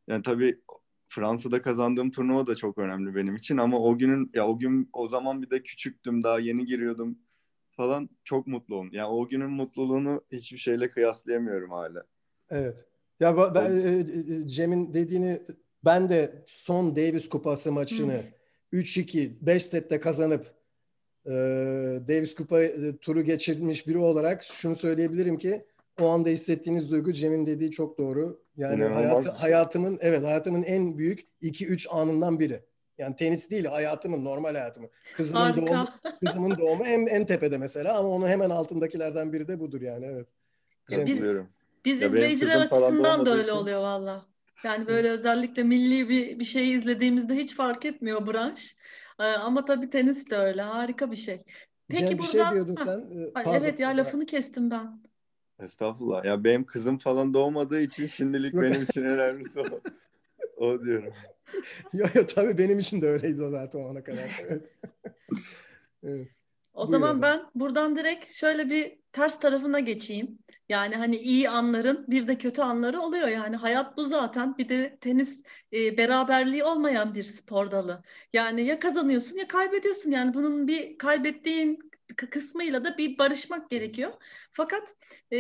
Yani tabii Fransa'da kazandığım turnuva da çok önemli benim için ama o günün ya o gün o zaman bir de küçüktüm, daha yeni giriyordum falan, çok mutlu oldum. Yani o günün mutluluğunu hiçbir şeyle kıyaslayamıyorum hala. Evet. Ya ba- O, ben, e, e, Cem'in dediğini, ben de son Davis Kupası Hı. maçını üç iki beş sette kazanıp e, Davis Kupa e, turu geçirmiş biri olarak şunu söyleyebilirim ki o anda hissettiğiniz duygu Cem'in dediği çok doğru. Yani hayatı, inanılmaz bir şey. hayatımın, evet, hayatımın en büyük iki üç anından biri. Yani tenis değil, hayatımın, normal hayatımın. Kızımın doğumu, Harika. kızımın doğumu en, en tepede mesela, ama onun hemen altındakilerden biri de budur yani, evet. Ya Cem biz sen. Katılıyorum. biz Ya benim izleyiciler kızım falan da açısından da olmadığı öyle için oluyor valla. Yani böyle özellikle milli bir bir şey izlediğimizde hiç fark etmiyor branş. Ee, ama tabii tenis de öyle. Harika bir şey. Peki Cem, bir şey buradan diyordun Hah, sen. Ee, ay Pardon. evet ya lafını kestim ben. estağfurullah. Ya benim kızım falan doğmadığı için şimdilik Yok. benim için en önemlisi o. O diyorum. Yok yok, tabii benim için de öyleydi o zaten o ana kadar. Evet. Evet. O Buyur zaman efendim. ben buradan direkt şöyle bir ters tarafına geçeyim. Yani hani iyi anların bir de kötü anları oluyor. Yani hayat bu zaten. Bir de tenis e, beraberliği olmayan bir spor dalı. Yani ya kazanıyorsun ya kaybediyorsun. Yani bunun bir kaybettiğin k- kısmıyla da bir barışmak gerekiyor. Fakat e,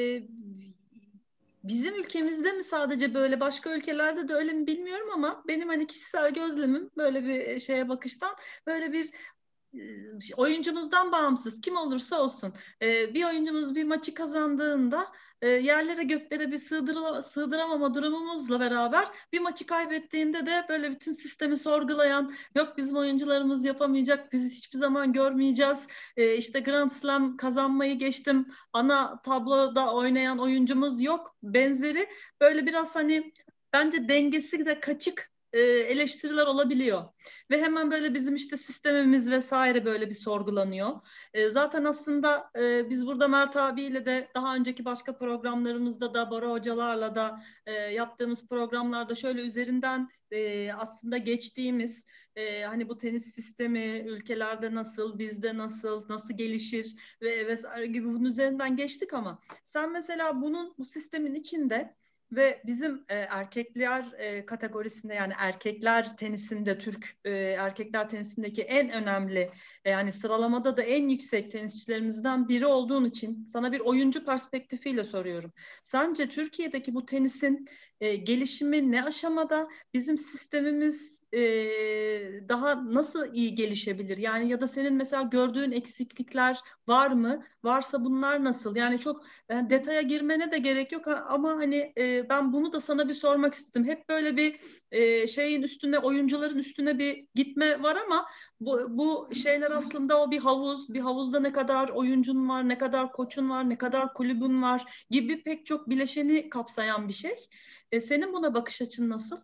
bizim ülkemizde mi sadece böyle, başka ülkelerde de öyle mi bilmiyorum ama benim hani kişisel gözlemim böyle bir şeye bakıştan, böyle bir e, oyuncumuzdan bağımsız kim olursa olsun e, bir oyuncumuz bir maçı kazandığında e, yerlere göklere bir sığdıra, sığdıramama durumumuzla beraber bir maçı kaybettiğinde de böyle bütün sistemi sorgulayan, yok bizim oyuncularımız yapamayacak, biz hiçbir zaman görmeyeceğiz, e, işte Grand Slam kazanmayı geçtim, ana tabloda oynayan oyuncumuz yok benzeri, böyle biraz hani bence dengesi de kaçık e, eleştiriler olabiliyor. Ve hemen böyle bizim işte sistemimiz vesaire böyle bir sorgulanıyor. E, zaten aslında e, biz burada Mert abiyle de daha önceki başka programlarımızda da Bora hocalarla da e, yaptığımız programlarda şöyle üzerinden e, aslında geçtiğimiz e, hani bu tenis sistemi ülkelerde nasıl, bizde nasıl, nasıl gelişir ve vesaire gibi bunun üzerinden geçtik ama sen mesela bunun, bu sistemin içinde ve bizim e, erkekler e, kategorisinde, yani erkekler tenisinde, Türk e, erkekler tenisindeki en önemli e, yani sıralamada da en yüksek tenisçilerimizden biri olduğun için sana bir oyuncu perspektifiyle soruyorum. Sence Türkiye'deki bu tenisin e, gelişimi ne aşamada? Bizim sistemimiz e, daha nasıl iyi gelişebilir? Yani ya da senin mesela gördüğün eksiklikler var mı? Varsa bunlar nasıl? Yani çok yani detaya girmene de gerek yok ama hani e, ben bunu da sana bir sormak istedim. Hep böyle bir e, şeyin üstüne, oyuncuların üstüne bir gitme var ama bu, bu şeyler aslında o bir havuz. Bir havuzda ne kadar oyuncun var, ne kadar koçun var, ne kadar kulübün var gibi pek çok bileşeni kapsayan bir şey. E, senin buna bakış açın nasıl?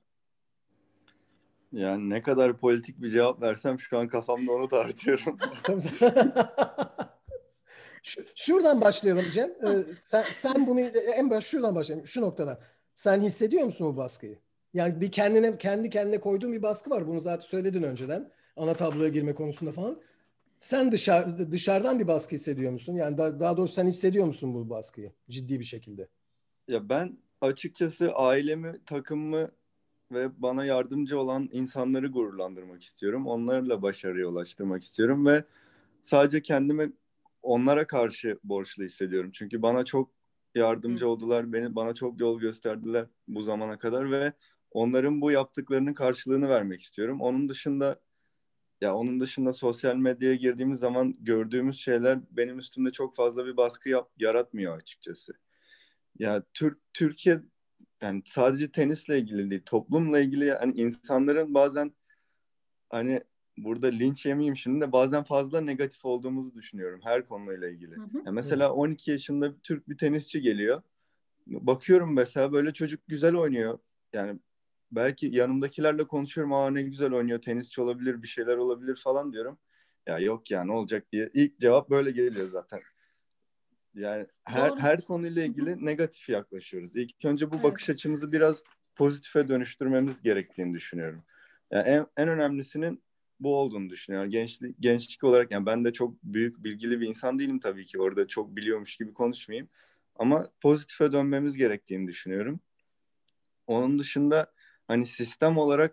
Yani ne kadar politik bir cevap versem şu an kafamda onu tartıyorum. Tabii. Şu- Şuradan başlayalım Cem. Ee, sen, sen bunu en baş şuradan başlayalım. Şu noktadan. Sen hissediyor musun bu baskıyı? Yani bir kendine, kendi kendine koyduğun bir baskı var. Bunu zaten söyledin önceden. Ana tabloya girme konusunda falan. Sen dışarı, dışarıdan bir baskı hissediyor musun? Yani da- daha doğrusu sen hissediyor musun bu baskıyı ciddi bir şekilde? Ya ben açıkçası ailemi, takımımı ve bana yardımcı olan insanları gururlandırmak istiyorum. Onlarla başarıya ulaştırmak istiyorum ve sadece kendimi onlara karşı borçlu hissediyorum. Çünkü bana çok Hı. yardımcı oldular, beni bana çok yol gösterdiler bu zamana kadar ve onların bu yaptıklarının karşılığını vermek istiyorum. Onun dışında ya onun dışında sosyal medyaya girdiğimiz zaman gördüğümüz şeyler benim üstümde çok fazla bir baskı yap, yaratmıyor açıkçası. Ya Türk Türkiye yani sadece tenisle ilgili değil, toplumla ilgili yani insanların bazen hani burada linç yemeyeyim şimdi de bazen fazla negatif olduğumuzu düşünüyorum her konuyla ilgili. Hı hı. Ya Hı. mesela on iki yaşında bir Türk bir tenisçi geliyor. Bakıyorum mesela böyle çocuk güzel oynuyor. Yani belki yanımdakilerle konuşuyorum. Aa ne güzel oynuyor. Tenisçi olabilir, bir şeyler olabilir falan diyorum. Ya yok ya ne olacak diye. İlk cevap böyle geliyor zaten. Yani her Doğru. her konuyla Hı hı. ilgili negatif yaklaşıyoruz. İlk önce bu Evet. bakış açımızı biraz pozitife dönüştürmemiz gerektiğini düşünüyorum. Yani en, en önemlisinin bu olduğunu düşünüyorum. Gençlik, gençlik olarak yani ben de çok büyük bilgili bir insan değilim tabii ki. Orada çok biliyormuş gibi konuşmayayım. Ama pozitife dönmemiz gerektiğini düşünüyorum. Onun dışında hani sistem olarak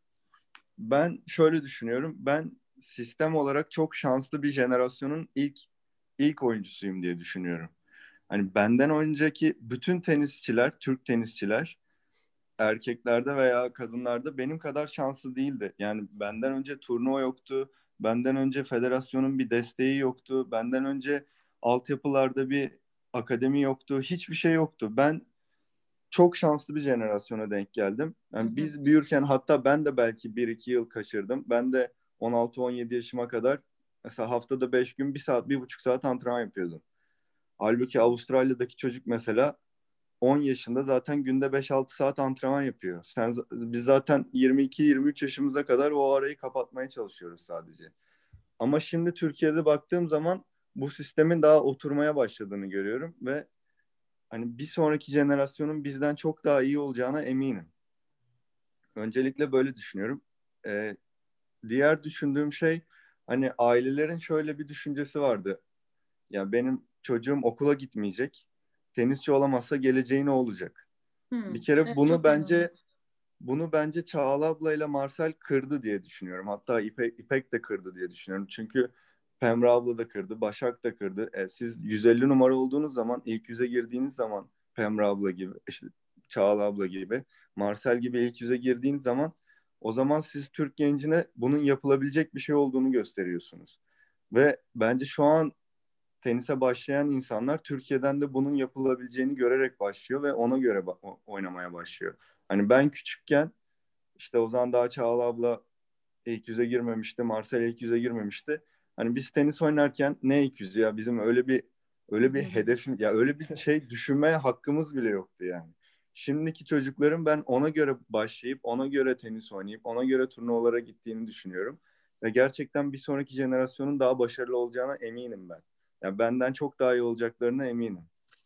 ben şöyle düşünüyorum. Ben sistem olarak çok şanslı bir jenerasyonun ilk ilk oyuncusuyum diye düşünüyorum. Hani benden önceki bütün tenisçiler, Türk tenisçiler erkeklerde veya kadınlarda benim kadar şanslı değildi. Yani benden önce turnuva yoktu. Benden önce federasyonun bir desteği yoktu. Benden önce altyapılarda bir akademi yoktu. Hiçbir şey yoktu. Ben çok şanslı bir jenerasyona denk geldim. Hı Yani hı. biz büyürken hatta ben de belki bir iki yıl kaçırdım. Ben de on altı on yedi yaşıma kadar mesela haftada beş gün bir saat, bir buçuk saat antrenman yapıyordum. Halbuki Avustralya'daki çocuk mesela on yaşında zaten günde beş altı saat antrenman yapıyor. Sen, biz zaten yirmi iki yirmi üç yaşımıza kadar o arayı kapatmaya çalışıyoruz sadece. Ama şimdi Türkiye'de baktığım zaman bu sistemin daha oturmaya başladığını görüyorum ve hani bir sonraki jenerasyonun bizden çok daha iyi olacağına eminim. Öncelikle böyle düşünüyorum. Ee, diğer düşündüğüm şey hani ailelerin şöyle bir düşüncesi vardı. Ya benim çocuğum okula gitmeyecek. Tenisçi olamazsa geleceği ne olacak? Hı. Bir kere Evet, bunu çok önemli. bence bunu bence Çağla ablayla Marcel kırdı diye düşünüyorum. Hatta İpek, İpek de kırdı diye düşünüyorum. Çünkü Pembe abla da kırdı, Başak da kırdı. E, siz yüz elli numara olduğunuz zaman, ilk yüze girdiğiniz zaman Pembe abla gibi, işte Çağla abla gibi, Marcel gibi ilk yüze girdiğiniz zaman o zaman siz Türk gencine bunun yapılabilecek bir şey olduğunu gösteriyorsunuz. Ve bence şu an tenise başlayan insanlar Türkiye'den de bunun yapılabileceğini görerek başlıyor ve ona göre ba- oynamaya başlıyor. Hani ben küçükken işte o zaman daha Çağla abla ilk yüze girmemişti, Marcel ilk yüze girmemişti. Hani biz tenis oynarken ne ilk yüzü ya bizim öyle bir öyle bir hedefim ya öyle bir şey düşünmeye hakkımız bile yoktu yani. Şimdiki çocukların ben ona göre başlayıp ona göre tenis oynayıp ona göre turnuvalara gittiğini düşünüyorum. Ve gerçekten bir sonraki jenerasyonun daha başarılı olacağına eminim ben. Yani benden çok daha iyi olacaklarına eminim.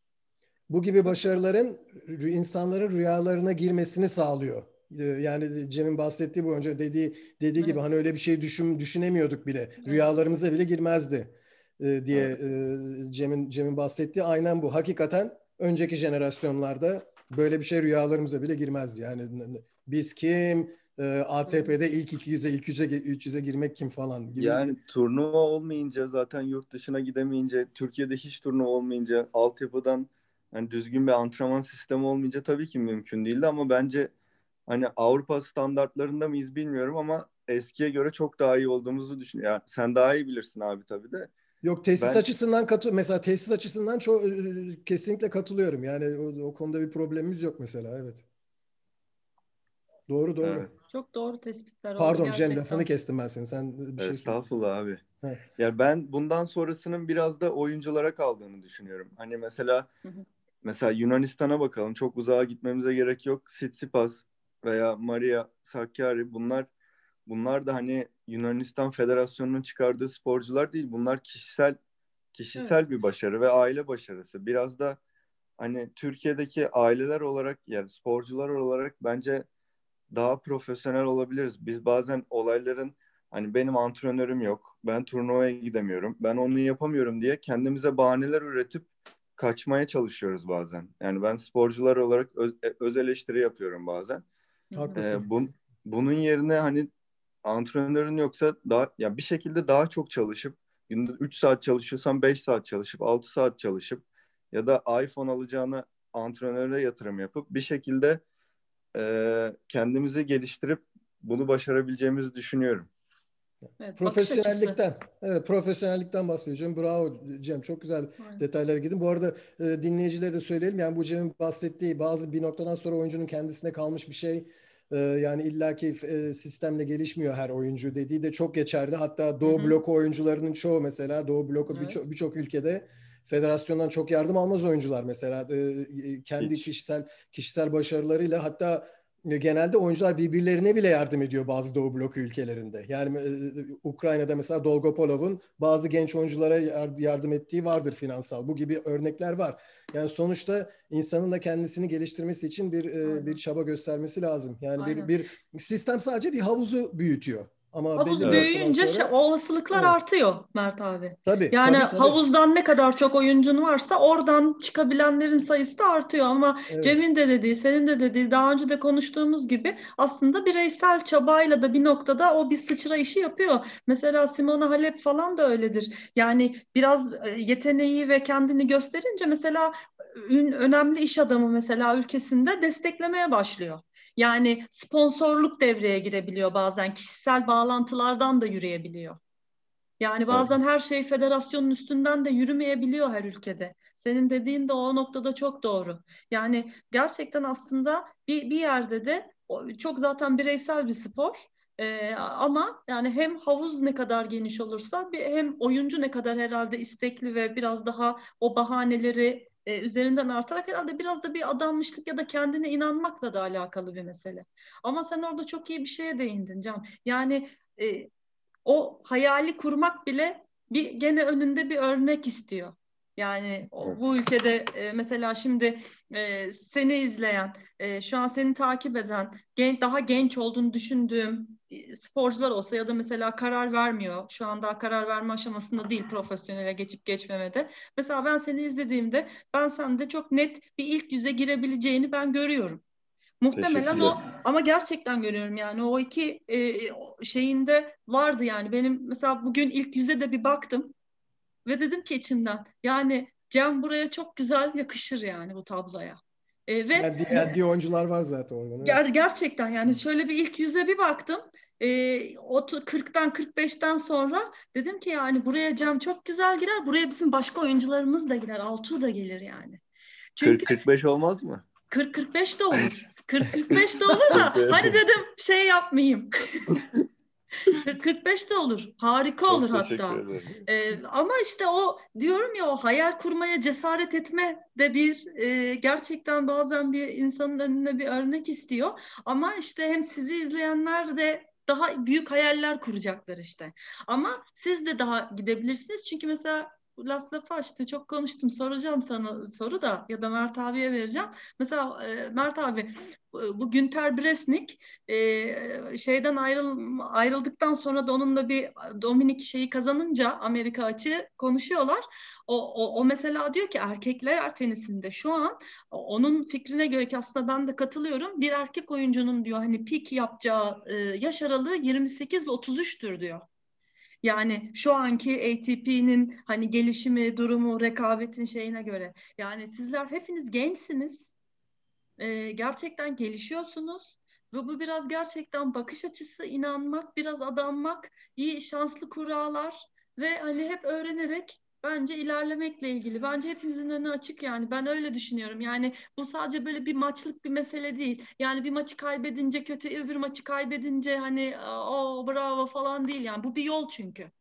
Bu gibi başarıların rü- insanların rüyalarına girmesini sağlıyor. Ee, Yani Cem'in bahsettiği bu önce dediği dediği gibi Evet. hani öyle bir şey düşün, düşünemiyorduk bile. Evet. Rüyalarımıza bile girmezdi e, diye Evet. e, Cem'in Cem'in bahsettiği aynen bu. Hakikaten önceki jenerasyonlarda böyle bir şey rüyalarımıza bile girmezdi. Yani n- n- biz kim? E, Hı hı. A T P'de ilk iki yüze, ilk yüze, üç yüze girmek kim falan gibi. Yani turnuva olmayınca zaten yurt dışına gidemeyince Türkiye'de hiç turnuva olmayınca altyapıdan hani düzgün bir antrenman sistemi olmayınca tabii ki mümkün değildi ama bence hani Avrupa standartlarında mıyız bilmiyorum ama eskiye göre çok daha iyi olduğumuzu düşünüyorum. Yani sen daha iyi bilirsin abi tabii de. Yok, tesis Ben açısından katı mesela tesis açısından çok kesinlikle katılıyorum. Yani o, o konuda bir problemimiz yok mesela. Evet. Doğru doğru. evet, Çok doğru tespitler oldu Pardon Cem, lafını gerçekten. kestim ben senin. Sen bir şey söyleyeyim. estağfurullah abi. Heh. Yani ben bundan sonrasının biraz da oyunculara kaldığını düşünüyorum. Hani mesela Hı hı. Mesela Yunanistan'a bakalım. Çok uzağa gitmemize gerek yok. Tsitsipas veya Maria Sakkari bunlar bunlar da hani Yunanistan Federasyonu'nun çıkardığı sporcular değil. Bunlar kişisel kişisel Evet. bir başarı ve aile başarısı. Biraz da hani Türkiye'deki aileler olarak yani sporcular olarak bence daha profesyonel olabiliriz. Biz bazen olayların hani benim antrenörüm yok, ben turnuvaya gidemiyorum, ben onu yapamıyorum diye kendimize bahaneler üretip kaçmaya çalışıyoruz bazen. Yani ben sporcular olarak öz, e, öz eleştiri yapıyorum bazen. Hı hı. Haklısın. Ee, bun, bunun yerine hani antrenörün yoksa daha ya bir şekilde daha çok çalışıp günde üç saat çalışıyorsan beş saat çalışıp altı saat çalışıp ya da iPhone alacağını antrenöre yatırım yapıp bir şekilde e, kendimizi geliştirip bunu başarabileceğimizi düşünüyorum. Evet, bakış açısı. Profesyonellikten. Evet, profesyonellikten bahsediyorum. Bravo Cem. Çok güzel Aynen. detaylara girdin. Bu arada e, dinleyicilere de söyleyelim. Yani bu Cem'in bahsettiği bazı bir noktadan sonra oyuncunun kendisine kalmış bir şey. E, yani illaki e, sistemle gelişmiyor her oyuncu dediği de çok geçerli. Hatta Hı Doğu hı. bloku oyuncularının çoğu mesela Doğu bloku birçok Evet. birçok ülkede federasyondan çok yardım almaz oyuncular mesela. E, e, kendi Hiç. kişisel kişisel başarılarıyla hatta genelde oyuncular birbirlerine bile yardım ediyor bazı Doğu bloku ülkelerinde. Yani e, Ukrayna'da mesela Dolgopolov'un bazı genç oyunculara yardım ettiği vardır finansal. Bu gibi örnekler var. Yani sonuçta insanın da kendisini geliştirmesi için bir e, bir Aynen. çaba göstermesi lazım. Yani bir Aynen. bir sistem sadece bir havuzu büyütüyor. Ama Havuz belli bir noktadan büyüyünce sonra şey, olasılıklar evet. artıyor Mert abi. Tabii, Yani tabii, tabii. havuzdan ne kadar çok oyuncun varsa oradan çıkabilenlerin sayısı da artıyor. Ama Evet. Cem'in de dediği, senin de dediği, daha önce de konuştuğumuz gibi aslında bireysel çabayla da bir noktada o bir sıçrayışı yapıyor. Mesela Simona Halep falan da öyledir. Yani biraz yeteneği ve kendini gösterince mesela önemli iş adamı mesela ülkesinde desteklemeye başlıyor. Yani sponsorluk devreye girebiliyor bazen. Kişisel bağlantılardan da yürüyebiliyor. Yani bazen her şey federasyonun üstünden de yürümeyebiliyor her ülkede. Senin dediğin de o noktada çok doğru. Yani gerçekten aslında bir, bir yerde de çok zaten bireysel bir spor. Ee, ama yani hem havuz ne kadar geniş olursa bir, hem oyuncu ne kadar herhalde istekli ve biraz daha o bahaneleri e, üzerinden artarak herhalde biraz da bir adanmışlık ya da kendine inanmakla da alakalı bir mesele. Ama sen orada çok iyi bir şeye değindin Can. Yani e, o hayali kurmak bile bir gene önünde bir örnek istiyor. Yani o, bu ülkede e, mesela şimdi e, seni izleyen, e, şu an seni takip eden, gen, daha genç olduğunu düşündüğüm e, sporcular olsa ya da mesela karar vermiyor. Şu an daha karar verme aşamasında değil profesyonele geçip geçmemede. Mesela ben seni izlediğimde ben sende çok net bir ilk yüze girebileceğini ben görüyorum. Muhtemelen o ama gerçekten görüyorum yani o iki e, şeyinde vardı yani benim mesela bugün ilk yüze de bir baktım ve dedim ki içimden yani Cem buraya çok güzel yakışır yani bu tabloya. E, ve Yani diğer, diğer oyuncular var zaten oradan. ger Evet. gerçekten yani şöyle bir ilk yüze bir baktım. E, kırktan kırk beşten sonra dedim ki yani buraya Cem çok güzel girer. Buraya bizim başka oyuncularımız da girer. Altuğ da gelir yani. Çünkü kırk kırk beş olmaz mı? kırk kırk beş de olur. kırk kırk beş de olur da hani dedim şey yapmayayım. kırk kırk beş de olur. Harika Çok olur teşekkür hatta. ederim. Ee, ama işte o diyorum ya o hayal kurmaya cesaret etme de bir e, gerçekten bazen bir insanın önüne bir örnek istiyor. Ama işte hem sizi izleyenler de daha büyük hayaller kuracaklar işte. Ama siz de daha gidebilirsiniz. Çünkü mesela laf lafı açtı. Çok konuştum. Soracağım sana soru da ya da Mert abiye vereceğim. Mesela e, Mert abi bu Günter Bresnik e, şeyden ayrıl, ayrıldıktan sonra da onunla bir Dominik şeyi kazanınca Amerika açığı konuşuyorlar. O, o, o mesela diyor ki erkekler tenisinde şu an onun fikrine göre ki aslında ben de katılıyorum. Bir erkek oyuncunun diyor hani peak yapacağı e, yaş aralığı yirmi sekiz ile otuz üçtür diyor. Yani şu anki A T P'nin hani gelişimi, durumu, rekabetin şeyine göre. Yani sizler hepiniz gençsiniz. Ee, gerçekten gelişiyorsunuz. Ve bu biraz gerçekten bakış açısı, inanmak, biraz adanmak, iyi şanslı kurallar ve hani hep öğrenerek bence ilerlemekle ilgili. Bence hepinizin önü açık yani. Ben öyle düşünüyorum. Yani bu sadece böyle bir maçlık bir mesele değil. Yani bir maçı kaybedince kötü, öbür maçı kaybedince hani o bravo falan değil yani. Bu bir yol çünkü.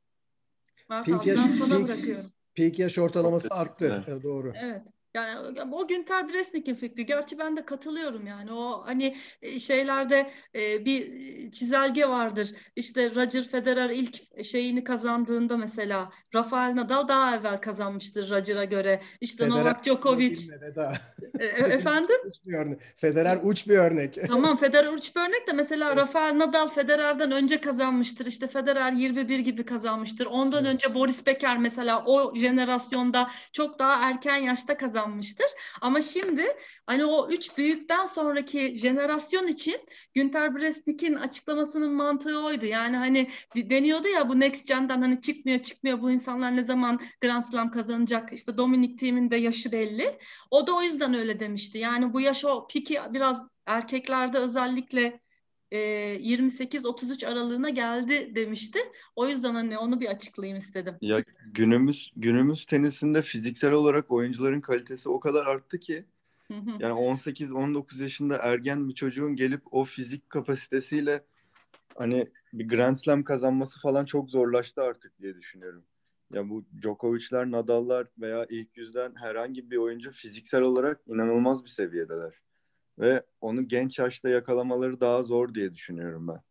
Mert Peak abi yaş, ben sana peak, bırakıyorum. peak yaş Çok ortalaması arttı. teşekkürler. Evet, doğru. Evet. Yani o Günter Bresnik'in fikri. Gerçi ben de katılıyorum yani. O hani şeylerde e, bir çizelge vardır. İşte Roger Federer ilk şeyini kazandığında mesela Rafael Nadal daha evvel kazanmıştır Roger'a göre. İşte Federer Novak Djokovic bilmedi daha. e, efendim? Uç bir örnek. Federer uç bir örnek. Tamam Federer uç bir örnek de mesela Rafael Nadal Federer'den önce kazanmıştır. İşte Federer yirmi bir gibi kazanmıştır. Ondan Evet. önce Boris Becker mesela o jenerasyonda çok daha erken yaşta kazanmıştır. Ama şimdi hani o üç büyükten sonraki jenerasyon için Günter Bresnik'in açıklamasının mantığı oydu. Yani hani deniyordu ya bu Next Gen'den hani çıkmıyor çıkmıyor bu insanlar ne zaman Grand Slam kazanacak. İşte Dominic Thiem'in de yaşı belli. O da o yüzden öyle demişti. Yani bu yaş o piki biraz erkeklerde özellikle e, yirmi sekiz otuz üç aralığına geldi demişti. O yüzden hani onu bir açıklayayım istedim. Ya günümüz günümüz tenisinde fiziksel olarak oyuncuların kalitesi o kadar arttı ki Hı hı. yani on sekiz on dokuz yaşında ergen bir çocuğun gelip o fizik kapasitesiyle hani bir Grand Slam kazanması falan çok zorlaştı artık diye düşünüyorum. Ya bu Djokovic'ler, Nadal'lar veya ilk yüzden herhangi bir oyuncu fiziksel olarak inanılmaz bir seviyedeler. Ve onu genç yaşta yakalamaları daha zor diye düşünüyorum ben.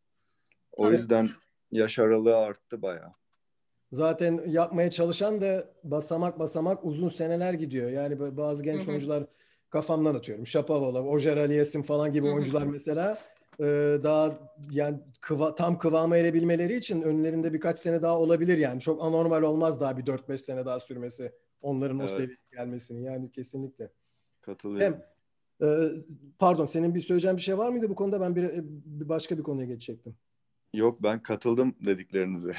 O Tabii. yüzden yaş aralığı arttı bayağı. Zaten yapmaya çalışan da basamak basamak uzun seneler gidiyor. Yani bazı Hı genç hı. oyuncular kafamdan atıyorum. Shapovalov, Ojer Aliassime falan gibi Hı hı. oyuncular mesela e, daha yani kıva, tam kıvama erebilmeleri için önlerinde birkaç sene daha olabilir yani. Çok anormal olmaz daha bir dört beş sene daha sürmesi onların o Evet, seviyeye gelmesini yani kesinlikle. katılıyorum. Hem e, pardon senin bir söyleyeceğin bir şey var mıydı bu konuda? Ben bir, bir başka bir konuya geçecektim. Yok, ben katıldım dediklerinize.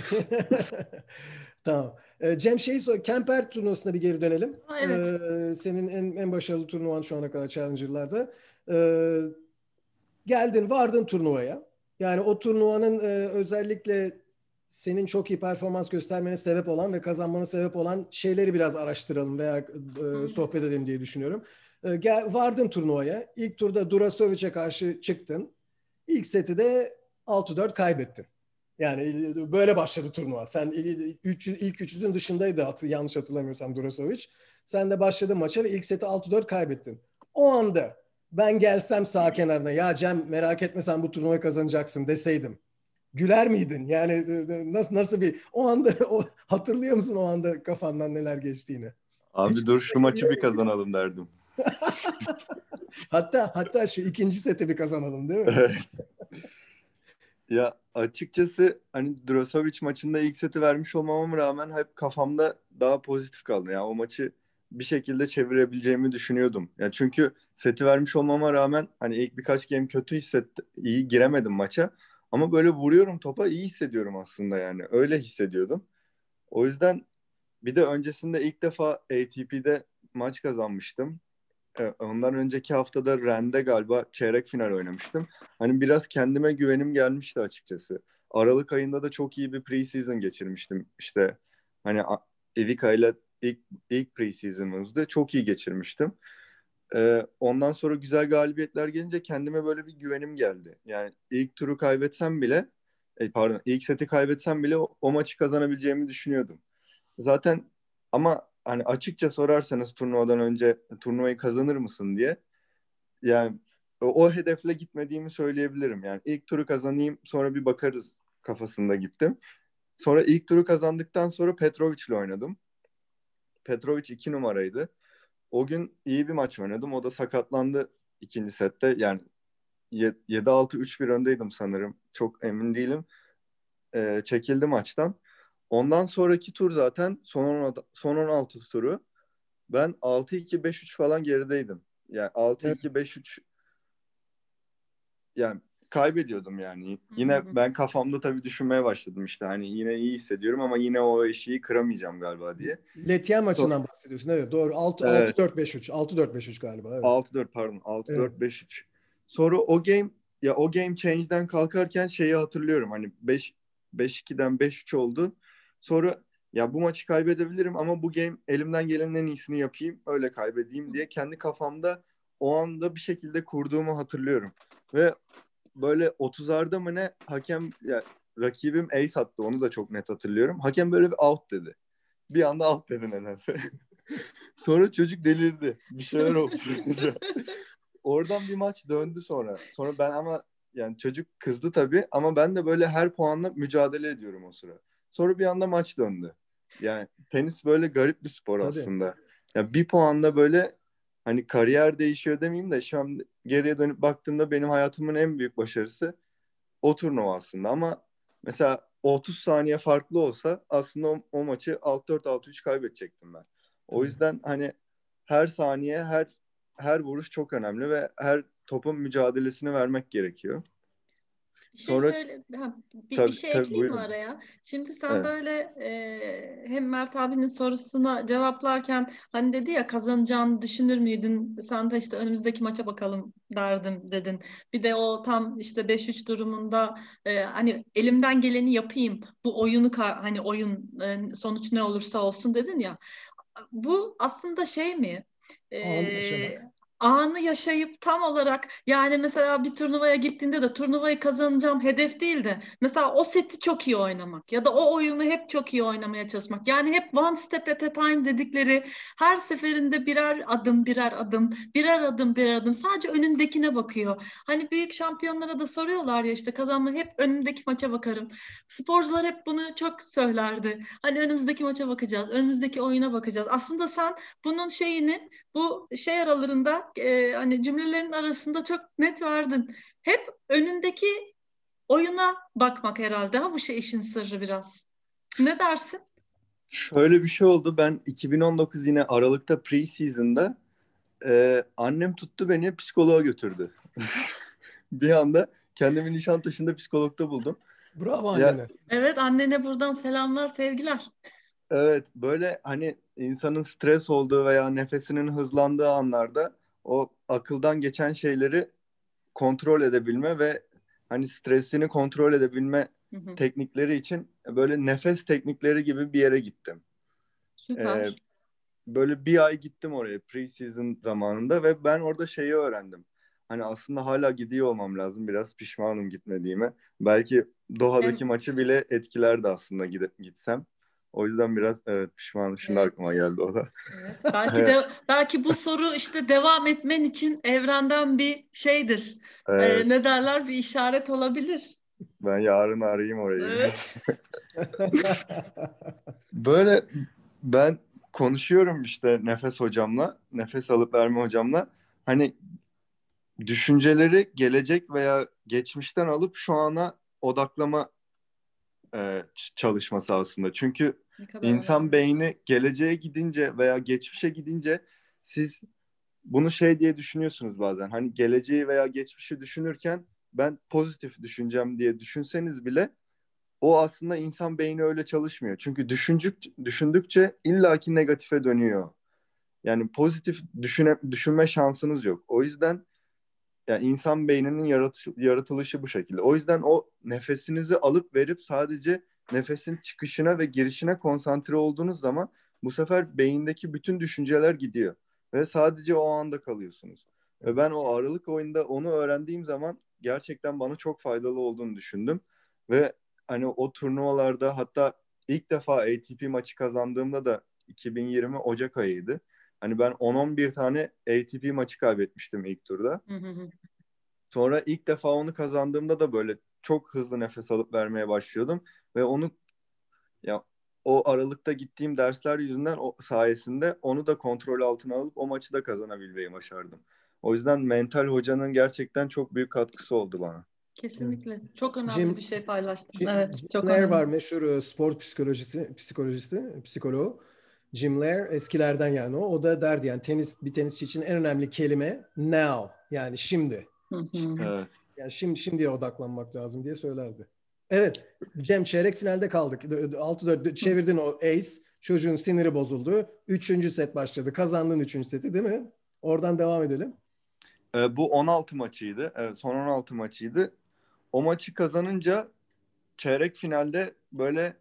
Tamam. Ee, Cem şeyi sor. Kemper turnuvasına bir geri dönelim. Ha, evet. Ee, senin en, en başarılı turnuvan şu ana kadar Challenger'larda. Ee, geldin, vardın turnuvaya. Yani o turnuvanın e, özellikle senin çok iyi performans göstermene sebep olan ve kazanmana sebep olan şeyleri biraz araştıralım veya e, sohbet edelim diye düşünüyorum. Ee, gel, vardın turnuvaya. İlk turda Durasovic'e karşı çıktın. İlk seti de altı dört kaybettin. Yani böyle başladı turnuva. Sen ilk, ilk üç yüzün dışındaydı hatı, yanlış hatırlamıyorsam Durasovic. Sen de başladın maça ve ilk seti altı dört kaybettin. O anda ben gelsem sağ kenarına ya Cem merak etme sen bu turnuvayı kazanacaksın deseydim. Güler miydin? Yani nasıl nasıl bir o anda o, hatırlıyor musun o anda kafandan neler geçtiğini? Hiç Abi dur şu maçı bir kazanalım derdim. hatta hatta şu ikinci seti bir kazanalım değil mi? Ya açıkçası hani Drasovic maçında ilk seti vermiş olmama rağmen hep kafamda daha pozitif kaldı. Yani o maçı bir şekilde çevirebileceğimi düşünüyordum. Ya çünkü seti vermiş olmama rağmen hani ilk birkaç game kötü hissetti, iyi giremedim maça. Ama böyle vuruyorum topa iyi hissediyorum aslında yani. Öyle hissediyordum. O yüzden bir de öncesinde ilk defa A T P'de maç kazanmıştım. Evet, ondan önceki haftada Rennes'de galiba çeyrek final oynamıştım. Hani biraz kendime güvenim gelmişti açıkçası. Aralık ayında da çok iyi bir pre-season geçirmiştim. İşte hani Evika ile ilk, ilk pre-season'ımızda çok iyi geçirmiştim. Ee, ondan sonra güzel galibiyetler gelince kendime böyle bir güvenim geldi. Yani ilk turu kaybetsem bile, e, pardon ilk seti kaybetsem bile o, o maçı kazanabileceğimi düşünüyordum. Zaten ama hani açıkça sorarsanız turnuvadan önce turnuvayı kazanır mısın diye yani o, o hedefle gitmediğimi söyleyebilirim. Yani ilk turu kazanayım sonra bir bakarız kafasında gittim. Sonra ilk turu kazandıktan sonra Petrovic'le oynadım. Petrovic iki numaraydı. O gün iyi bir maç oynadım. O da sakatlandı ikinci sette. Yani yedi altı üç bir öndeydim sanırım. Çok emin değilim. Ee, çekildi maçtan. Ondan sonraki tur zaten son on, son on altı turu. Ben altı iki beş üç falan gerideydim. Yani altı Evet. iki beş üç yani kaybediyordum yani. Hı Yine hı. ben kafamda tabii düşünmeye başladım işte hani yine iyi hissediyorum ama yine o eşiği kıramayacağım galiba diye. Letien So, maçından bahsediyorsun. Evet doğru. altı evet, dört beş üç. altı dört beş üç galiba. Evet. altı dört pardon altı Evet. dört beş üç. Sonra o game ya o game change'den kalkarken şeyi hatırlıyorum. Hani beş beş ikiden beş üç oldu. Sonra ya bu maçı kaybedebilirim ama bu game elimden gelenin en iyisini yapayım, öyle kaybedeyim diye kendi kafamda o anda bir şekilde kurduğumu hatırlıyorum. Ve böyle otuzlarda mı ne hakem ya rakibim ace attı, onu da çok net hatırlıyorum. Hakem böyle bir out dedi. Bir anda out dedi nedense. Sonra çocuk delirdi. Bir şeyler oldu. Oradan bir maç döndü sonra. Sonra ben ama yani çocuk kızdı tabii ama ben de böyle her puanla mücadele ediyorum o sıra. Sonra bir anda maç döndü. Yani tenis böyle garip bir spor Tabii. aslında. Ya bir puanla böyle hani kariyer değişiyor demeyeyim de şu an geriye dönüp baktığımda benim hayatımın en büyük başarısı o turnuva aslında ama mesela otuz saniye farklı olsa aslında o, o maçı altı dört altı üç kaybedecektim ben. O Tabii. yüzden hani her saniye her her vuruş çok önemli ve her topun mücadelesini vermek gerekiyor. Bir şey Sonra söyle, ha, bir, bir tabii şey tabii ekleyeyim mi buyurun. araya? Şimdi sen Evet. böyle e, hem Mert abinin sorusuna cevaplarken hani dedi ya kazanacağını düşünür müydün? Sen de işte önümüzdeki maça bakalım derdim dedin. Bir de o tam işte beş üç durumunda e, hani elimden geleni yapayım. Bu oyunu hani oyun e, sonuç ne olursa olsun dedin ya. Bu aslında şey mi? Anı Ee, yaşamak. anı yaşayıp tam olarak yani mesela bir turnuvaya gittiğinde de turnuvayı kazanacağım hedef değil de mesela o seti çok iyi oynamak ya da o oyunu hep çok iyi oynamaya çalışmak. Yani hep one step at a time dedikleri her seferinde birer adım birer adım birer adım birer adım sadece önündekine bakıyor. Hani büyük şampiyonlara da soruyorlar ya işte kazanma hep önümdeki maça bakarım. Sporcular hep bunu çok söylerdi. Hani önümüzdeki maça bakacağız, önümüzdeki oyuna bakacağız. Aslında sen bunun şeyini bu şey aralarında e, hani cümlelerin arasında çok net verdin. Hep önündeki oyuna bakmak herhalde. Ha bu şey işin sırrı biraz. Ne dersin? Şöyle bir şey oldu. Ben iki bin on dokuz yine Aralık'ta pre-season'da e, annem tuttu beni psikoloğa götürdü. Bir anda kendimi Nişantaşı'nda psikologda buldum. Bravo Ya annene. Evet, annene buradan selamlar, sevgiler. evet, böyle hani insanın stres olduğu veya nefesinin hızlandığı anlarda o akıldan geçen şeyleri kontrol edebilme ve hani stresini kontrol edebilme Hı hı. teknikleri için böyle nefes teknikleri gibi bir yere gittim. Ee, Süper. Böyle bir ay gittim oraya pre-season zamanında ve ben orada şeyi öğrendim. Hani aslında hala gidiyor olmam lazım. Biraz pişmanım gitmediğime. Belki Doha'daki Hem maçı bile etkilerdi aslında gidip gitsem. O yüzden biraz evet pişmanım. Şimdi evet, aklıma geldi o da. evet. Belki Evet, de belki bu soru işte devam etmen için evrenden bir şeydir. Ee, evet. ne derler? Bir işaret olabilir. Ben yarın arayayım orayı. Evet. Böyle ben konuşuyorum işte nefes hocamla, nefes alıp verme hocamla. Hani düşünceleri gelecek veya geçmişten alıp şu ana odaklama e, ç- çalışması aslında. Çünkü Ne kadar insan önemli. beyni geleceğe gidince veya geçmişe gidince siz bunu şey diye düşünüyorsunuz bazen. Hani geleceği veya geçmişi düşünürken ben pozitif düşüneceğim diye düşünseniz bile o aslında insan beyni öyle çalışmıyor. Çünkü düşündük, düşündükçe illaki negatife dönüyor. Yani pozitif düşüne, düşünme şansınız yok. O yüzden yani insan beyninin yaratı, yaratılışı bu şekilde. O yüzden o nefesinizi alıp verip sadece nefesin çıkışına ve girişine konsantre olduğunuz zaman bu sefer beyindeki bütün düşünceler gidiyor. Ve sadece o anda kalıyorsunuz. Ve Evet. ben o Aralık oyunda onu öğrendiğim zaman gerçekten bana çok faydalı olduğunu düşündüm. Ve hani o turnuvalarda hatta ilk defa A T P maçı kazandığımda da iki bin yirmi Ocak ayıydı. Hani ben on on bir tane A T P maçı kaybetmiştim ilk turda. Hı hı hı. Sonra ilk defa onu kazandığımda da böyle çok hızlı nefes alıp vermeye başlıyordum ve onu ya o aralıkta gittiğim dersler yüzünden o sayesinde onu da kontrol altına alıp o maçı da kazanabilmeyi başardım. O yüzden mental hocanın gerçekten çok büyük katkısı oldu bana. Evet. Kesinlikle. Çok önemli bir Jim, şey paylaştın. Jim, Evet, Jim çok Lair önemli. var meşhur e, spor psikolojisi, psikolojisti, psikoloğu. Jim Lair eskilerden yani o. O da derdi yani tenis bir tenisçi için en önemli kelime now yani şimdi. Hı hı. Evet. Yani şimdi şimdiye odaklanmak lazım diye söylerdi. Evet, Cem çeyrek finalde kaldık. altı dört çevirdin o ace. Çocuğun siniri bozuldu. Üçüncü set başladı. Kazandın üçüncü seti değil mi? Oradan devam edelim. Ee, bu on altı maçıydı. Evet, son on altı maçıydı. O maçı kazanınca çeyrek finalde böyle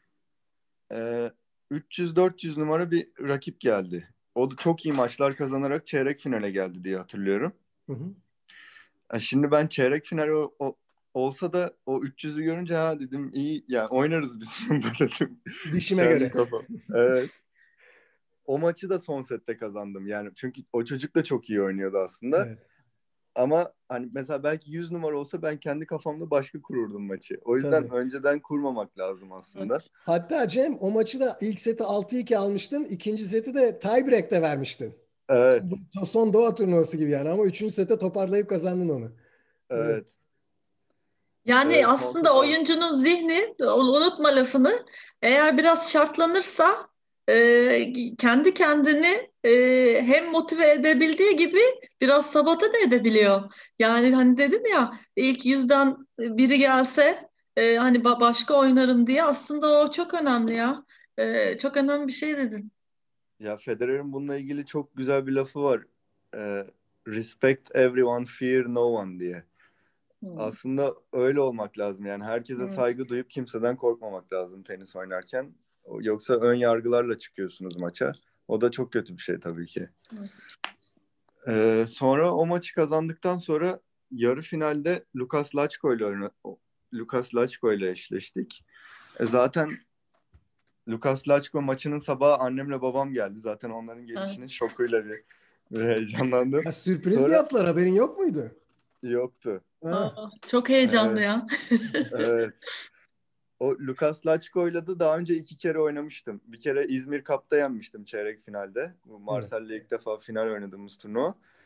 e, üç yüz dört yüz numara bir rakip geldi. O da çok iyi maçlar kazanarak çeyrek finale geldi diye hatırlıyorum. Hı hı. Ya şimdi ben çeyrek final o, o- olsa da o üç yüzü görünce ha dedim iyi yani oynarız biz şimdi dedim. Dişime Kendi göre. kafam. Evet. O maçı da son sette kazandım yani. Çünkü o çocuk da çok iyi oynuyordu aslında. Evet, Ama hani mesela belki yüz numara olsa ben kendi kafamda başka kururdum maçı. O yüzden tabii. önceden kurmamak lazım aslında. Evet. Hatta Cem o maçı da ilk seti altı iki almıştın. İkinci seti de tiebreak'te vermiştin. Evet. Bu son Doğa turnuvası gibi yani ama üçüncü sete toparlayıp kazandın onu. Evet. Evet. Yani Evet. Son aslında set aldım. oyuncunun zihni, unutma lafını, eğer biraz şartlanırsa e, kendi kendini e, hem motive edebildiği gibi biraz sabote de edebiliyor. Yani hani dedin ya ilk yüzden biri gelse e, hani ba- başka oynarım diye, aslında o çok önemli ya. E, çok önemli bir şey dedin. Ya Federer'in bununla ilgili çok güzel bir lafı var. Ee, Respect everyone, fear no one diye. Hmm, Aslında öyle olmak lazım. Yani herkese evet. saygı duyup kimseden korkmamak lazım tenis oynarken. Yoksa ön yargılarla çıkıyorsunuz maça. O da çok kötü bir şey tabii ki. Evet. Ee, sonra o maçı kazandıktan sonra yarı finalde Lukas Lacko ile oyna- Lukas Lacko ile eşleştik. E zaten Lukas Lacko maçının sabahı annemle babam geldi. Zaten onların Ha. gelişinin şokuyla bir, bir heyecanlandım. Ha, sürpriz mi Sonra yaptılar? Haberin yok muydu? yoktu. Ha. Aa, çok heyecanlı Evet, ya. evet. O Lukas Lacko'yla da daha önce iki kere oynamıştım. Bir kere İzmir Cup'ta yenmiştim çeyrek finalde. Bu Evet. Marsel'le ilk defa final oynadığımız turnuva.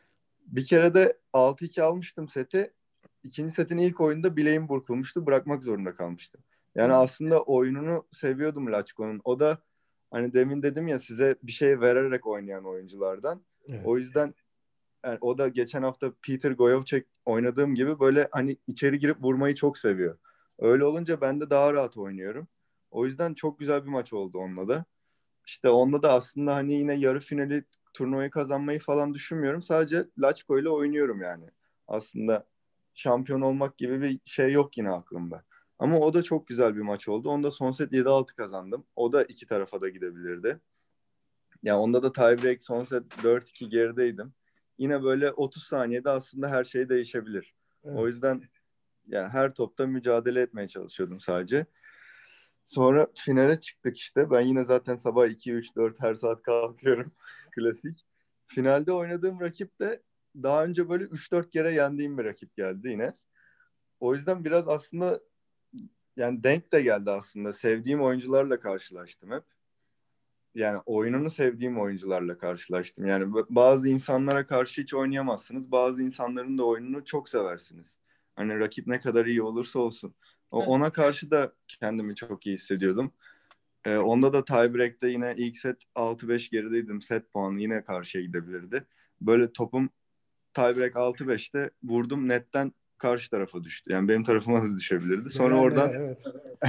bir kere de altı iki almıştım seti. İkinci setin ilk oyunda bileğim burkulmuştu. Bırakmak zorunda kalmıştım. Yani aslında oyununu seviyordum Laçko'nun. O da hani demin dedim ya size bir şey vererek oynayan oyunculardan. Evet. O yüzden yani o da geçen hafta Peter Gojovcek oynadığım gibi böyle hani içeri girip vurmayı çok seviyor. Öyle olunca ben de daha rahat oynuyorum. O yüzden çok güzel bir maç oldu onunla da. İşte onda da aslında hani yine yarı finali turnuvayı kazanmayı falan düşünmüyorum. Sadece Laçko ile oynuyorum yani. Aslında şampiyon olmak gibi bir şey yok yine aklımda. Ama o da çok güzel bir maç oldu. Onda son set yedi altı kazandım. O da iki tarafa da gidebilirdi. Yani onda da tiebreak son set dört iki gerideydim. Yine böyle otuz saniyede aslında her şey değişebilir. Evet. O yüzden yani her topta mücadele etmeye çalışıyordum sadece. Sonra finale çıktık işte. Ben yine zaten sabah iki üç dört her saat kalkıyorum. Klasik. Finalde oynadığım rakip de daha önce böyle üç dört kere yendiğim bir rakip geldi yine. O yüzden biraz aslında yani denk de geldi aslında. Sevdiğim oyuncularla karşılaştım hep. Yani oyununu sevdiğim oyuncularla karşılaştım. Yani bazı insanlara karşı hiç oynayamazsınız. Bazı insanların da oyununu çok seversiniz. Hani rakip ne kadar iyi olursa olsun. O, Evet. ona karşı da kendimi çok iyi hissediyordum. Ee, onda da tiebreak'te yine ilk set altı beş gerideydim. Set puanı yine karşıya gidebilirdi. Böyle topum tiebreak altı beşte vurdum netten karşı tarafa düştü. Yani benim tarafıma da düşebilirdi. Sonra Neler oradan neler, evet.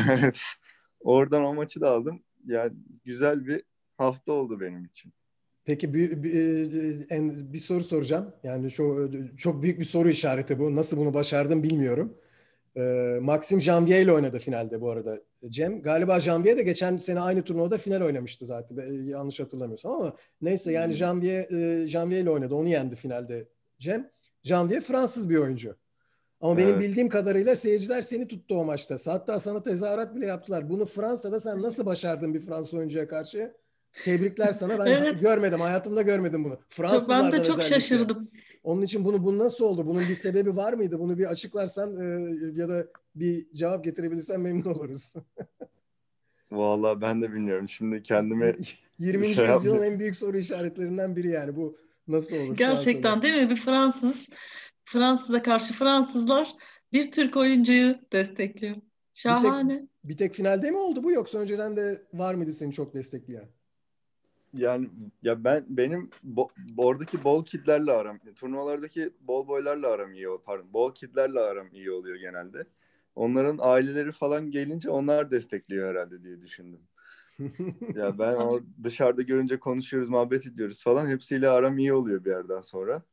oradan o maçı da aldım. Yani güzel bir hafta oldu benim için. Peki bir, bir, en, bir soru soracağım. Yani çok, çok büyük bir soru işareti bu. Nasıl bunu başardım bilmiyorum. Ee, Maxim Janvier ile oynadı finalde bu arada Cem. Galiba Janvier de geçen sene aynı turnuvada final oynamıştı zaten. Ben, yanlış hatırlamıyorsam ama neyse yani Janvier, e, Janvier ile oynadı. Onu yendi finalde Cem. Janvier Fransız bir oyuncu. Ama benim Evet. bildiğim kadarıyla seyirciler seni tuttu o maçta. Hatta sana tezahürat bile yaptılar. Bunu Fransa'da sen nasıl başardın bir Fransız oyuncuya karşı? Tebrikler sana. Ben Evet, görmedim. Hayatımda görmedim bunu. çok, ben de Fransızlardan çok özellikle. şaşırdım. Onun için bunu bu nasıl oldu? Bunun bir sebebi var mıydı? Bunu bir açıklarsan e, ya da bir cevap getirebilirsen memnun oluruz. Vallahi ben de bilmiyorum. Şimdi kendimi yirminci şey yüzyılın yapmıyorum. en büyük soru işaretlerinden biri yani. Bu nasıl olur Fransa'da? Gerçekten değil mi? Bir Fransız, Fransız'a karşı Fransızlar bir Türk oyuncuyu destekliyor. Bir tek Şahane. bir tek finalde mi oldu bu yoksa önceden de var mıydı seni çok destekleyen? Yani ya ben benim bo, oradaki ball kidlerle aram, turnuvalardaki ball boylarla aram iyi ol, pardon, ball kidlerle aram iyi oluyor genelde. Onların aileleri falan gelince onlar destekliyor herhalde diye düşündüm. Ya ben o dışarıda görünce konuşuyoruz, muhabbet ediyoruz falan. Hepsiyle aram iyi oluyor bir yerden sonra.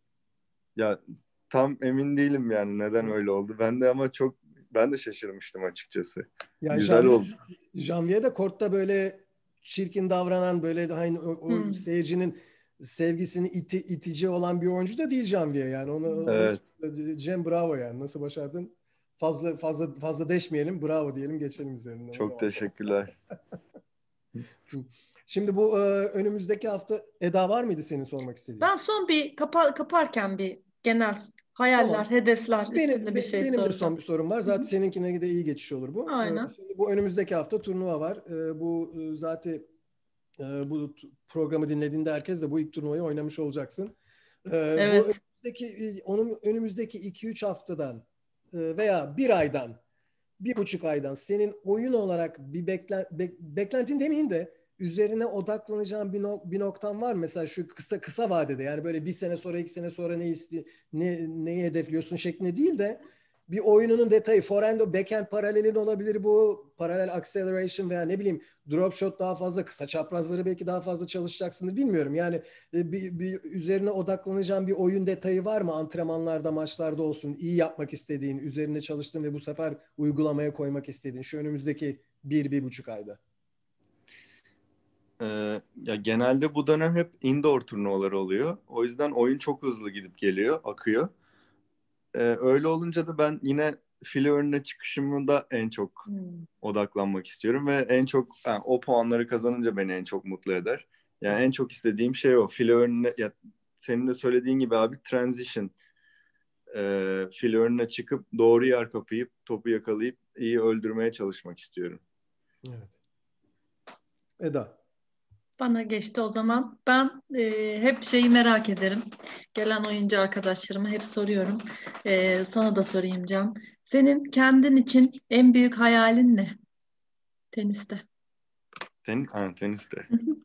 Ya tam emin değilim yani neden öyle oldu. Ben de ama çok ben de şaşırmıştım açıkçası. Yani Güzel Janvier, oldu. Janvier de kortta böyle çirkin davranan böyle hani o, o Hmm. seyircinin sevgisini iti, itici olan bir oyuncu da değil Janvier yani onu, onu Evet. Cem bravo yani nasıl başardın? Fazla fazla fazla deşmeyelim bravo diyelim geçelim üzerinden o Çok zaman. teşekkürler. Şimdi bu e, önümüzdeki hafta Eda var mıydı senin sormak istediğin? Ben son bir kapa kaparken bir genel hayaller, Tamam. hedefler Benim, üstünde bir be- şey benim de son soracağım. bir sorum var. Hı Zaten hı. seninkine de iyi geçiş olur bu. Ee, Aynen. Şimdi bu önümüzdeki hafta turnuva var. Ee, Bu e, zaten e, bu t- programı dinlediğinde herkes de bu ilk turnuvayı oynamış olacaksın. Ee, Bu Evet. önümüzdeki onun önümüzdeki iki üç haftadan e, veya bir aydan, bir buçuk aydan senin oyun olarak bir beklen, bek- beklentin demeyeyim de üzerine odaklanacağın bir, no- bir noktan var mı? Mesela şu kısa kısa vadede yani böyle bir sene sonra iki sene sonra ne isti ne neyi hedefliyorsun şeklinde değil de bir oyununun detayı forehand backhand paralelin olabilir bu paralel acceleration veya ne bileyim drop shot daha fazla kısa çaprazları belki daha fazla çalışacaksındır bilmiyorum. Yani e, bir, bir üzerine odaklanacağın bir oyun detayı var mı? Antrenmanlarda, maçlarda olsun iyi yapmak istediğin, üzerinde çalıştığın ve bu sefer uygulamaya koymak istediğin şu önümüzdeki bir, bir buçuk ayda. Ee, ya genelde bu dönem hep indoor turnuvaları oluyor. O yüzden oyun çok hızlı gidip geliyor, akıyor. Ee, öyle olunca da ben yine file önüne çıkışımı da en çok Hmm. odaklanmak istiyorum ve en çok yani o puanları kazanınca beni en çok mutlu eder. Yani en çok istediğim şey o. File önüne ya senin de söylediğin gibi abi transition e, file önüne çıkıp doğru yer kapayıp topu yakalayıp iyi öldürmeye çalışmak istiyorum. Evet. Eda. Bana geçti o zaman. Ben e, hep şeyi merak ederim. Gelen oyuncu arkadaşlarıma hep soruyorum. E, sana da sorayım Can. Senin kendin için en büyük hayalin ne? Teniste. Ten, ha, teniste.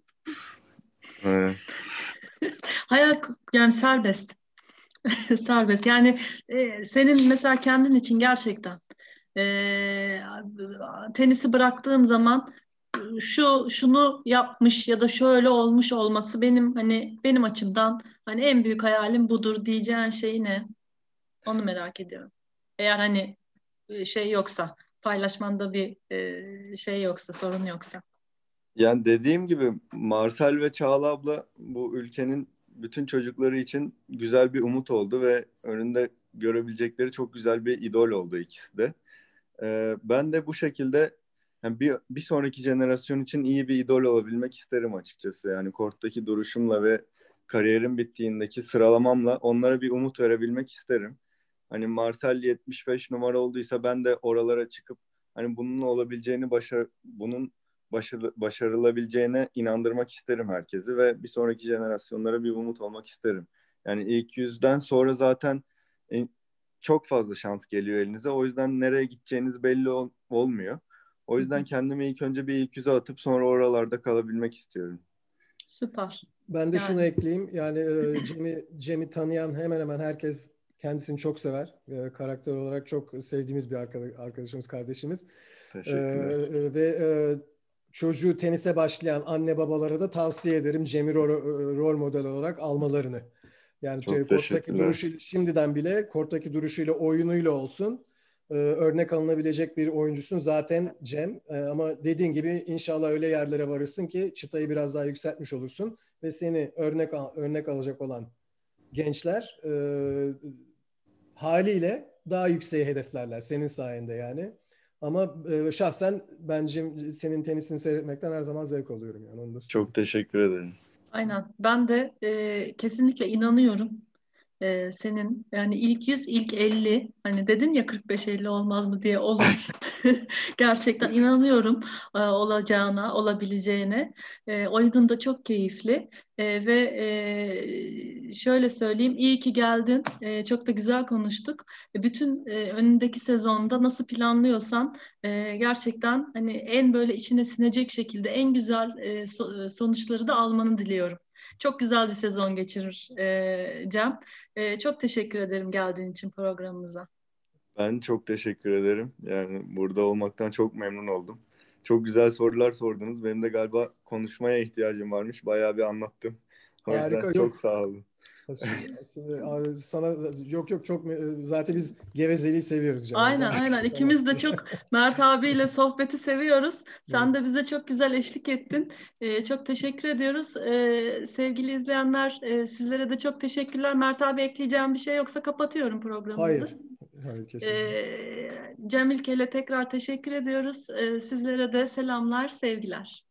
Ee, Hayal yani serbest. Serbest. Yani e, senin mesela kendin için gerçekten e, tenisi bıraktığım zaman şu şunu yapmış ya da şöyle olmuş olması benim hani benim açımdan hani en büyük hayalim budur diyeceğin şey ne? Onu merak ediyorum. Eğer hani e, şey yoksa paylaşmanda bir e, şey yoksa sorun yoksa. Yani dediğim gibi Marcel ve Çağla abla bu ülkenin bütün çocukları için güzel bir umut oldu ve önünde görebilecekleri çok güzel bir idol oldu ikisi de. Ee, ben de bu şekilde yani bir, bir sonraki jenerasyon için iyi bir idol olabilmek isterim açıkçası. Yani korttaki duruşumla ve kariyerim bittiğindeki sıralamamla onlara bir umut verebilmek isterim. Hani Marcel yetmiş beş numara olduysa ben de oralara çıkıp hani bunun olabileceğini başar bunun başarı, başarılabileceğine inandırmak isterim herkesi ve bir sonraki jenerasyonlara bir umut olmak isterim. Yani ilk yüzden sonra zaten e, çok fazla şans geliyor elinize. O yüzden nereye gideceğiniz belli ol- olmuyor. O yüzden kendimi ilk önce bir ilk yüze atıp sonra oralarda kalabilmek istiyorum. Süper. Ben de şunu Yani ekleyeyim. Yani e, Cem'i Cem'i tanıyan hemen hemen herkes kendisini çok sever. E, karakter olarak çok sevdiğimiz bir arkadaş, arkadaşımız, kardeşimiz. E, Teşekkürler. e, ve e, çocuğu tenise başlayan anne babalara da tavsiye ederim Cem'i rol, rol model olarak almalarını. Yani te- Çok korttaki teşekkürler. duruşu şimdiden bile korttaki duruşuyla oyunuyla olsun e, örnek alınabilecek bir oyuncusun zaten Cem. E, ama dediğin gibi inşallah öyle yerlere varırsın ki çıtayı biraz daha yükseltmiş olursun ve seni örnek al- örnek alacak olan gençler e, haliyle daha yükseğe hedeflerler senin sayende yani. Ama e, şahsen bence senin tenisini seyretmekten her zaman zevk alıyorum yani onu da Çok söyleyeyim. teşekkür ederim. aynen. Ben de e, kesinlikle inanıyorum. E, senin yani ilk yüz, ilk elli hani dedin ya kırk beş elli olmaz mı diye olur. Gerçekten inanıyorum e, olacağına, olabileceğine. E, oyunun da çok keyifli. E, ve e, şöyle söyleyeyim, iyi ki geldin. E, çok da güzel konuştuk. E, bütün e, önündeki sezonda nasıl planlıyorsan e, gerçekten hani en böyle içine sinecek şekilde en güzel e, so- sonuçları da almanı diliyorum. Çok güzel bir sezon geçirir e, Cem. E, çok teşekkür ederim geldiğin için programımıza. Ben çok teşekkür ederim. Yani burada olmaktan çok memnun oldum. Çok güzel sorular sordunuz. Benim de galiba konuşmaya ihtiyacım varmış. Bayağı bir anlattım. O yüzden Harika çok yok. sağ olun. Aslında sana yok yok çok zaten biz gevezeliği seviyoruz Cem Aynen ondan. aynen Tamam. ikimiz de çok Mert abiyle sohbeti seviyoruz. Evet. Sen de bize çok güzel eşlik ettin. E, çok teşekkür ediyoruz. E, sevgili izleyenler e, sizlere de çok teşekkürler. Mert abi ekleyeceğim bir şey yoksa kapatıyorum programımızı. Hayır. Hayır kesinlikle. E, Cem İlkel'e tekrar teşekkür ediyoruz. E, sizlere de selamlar, sevgiler.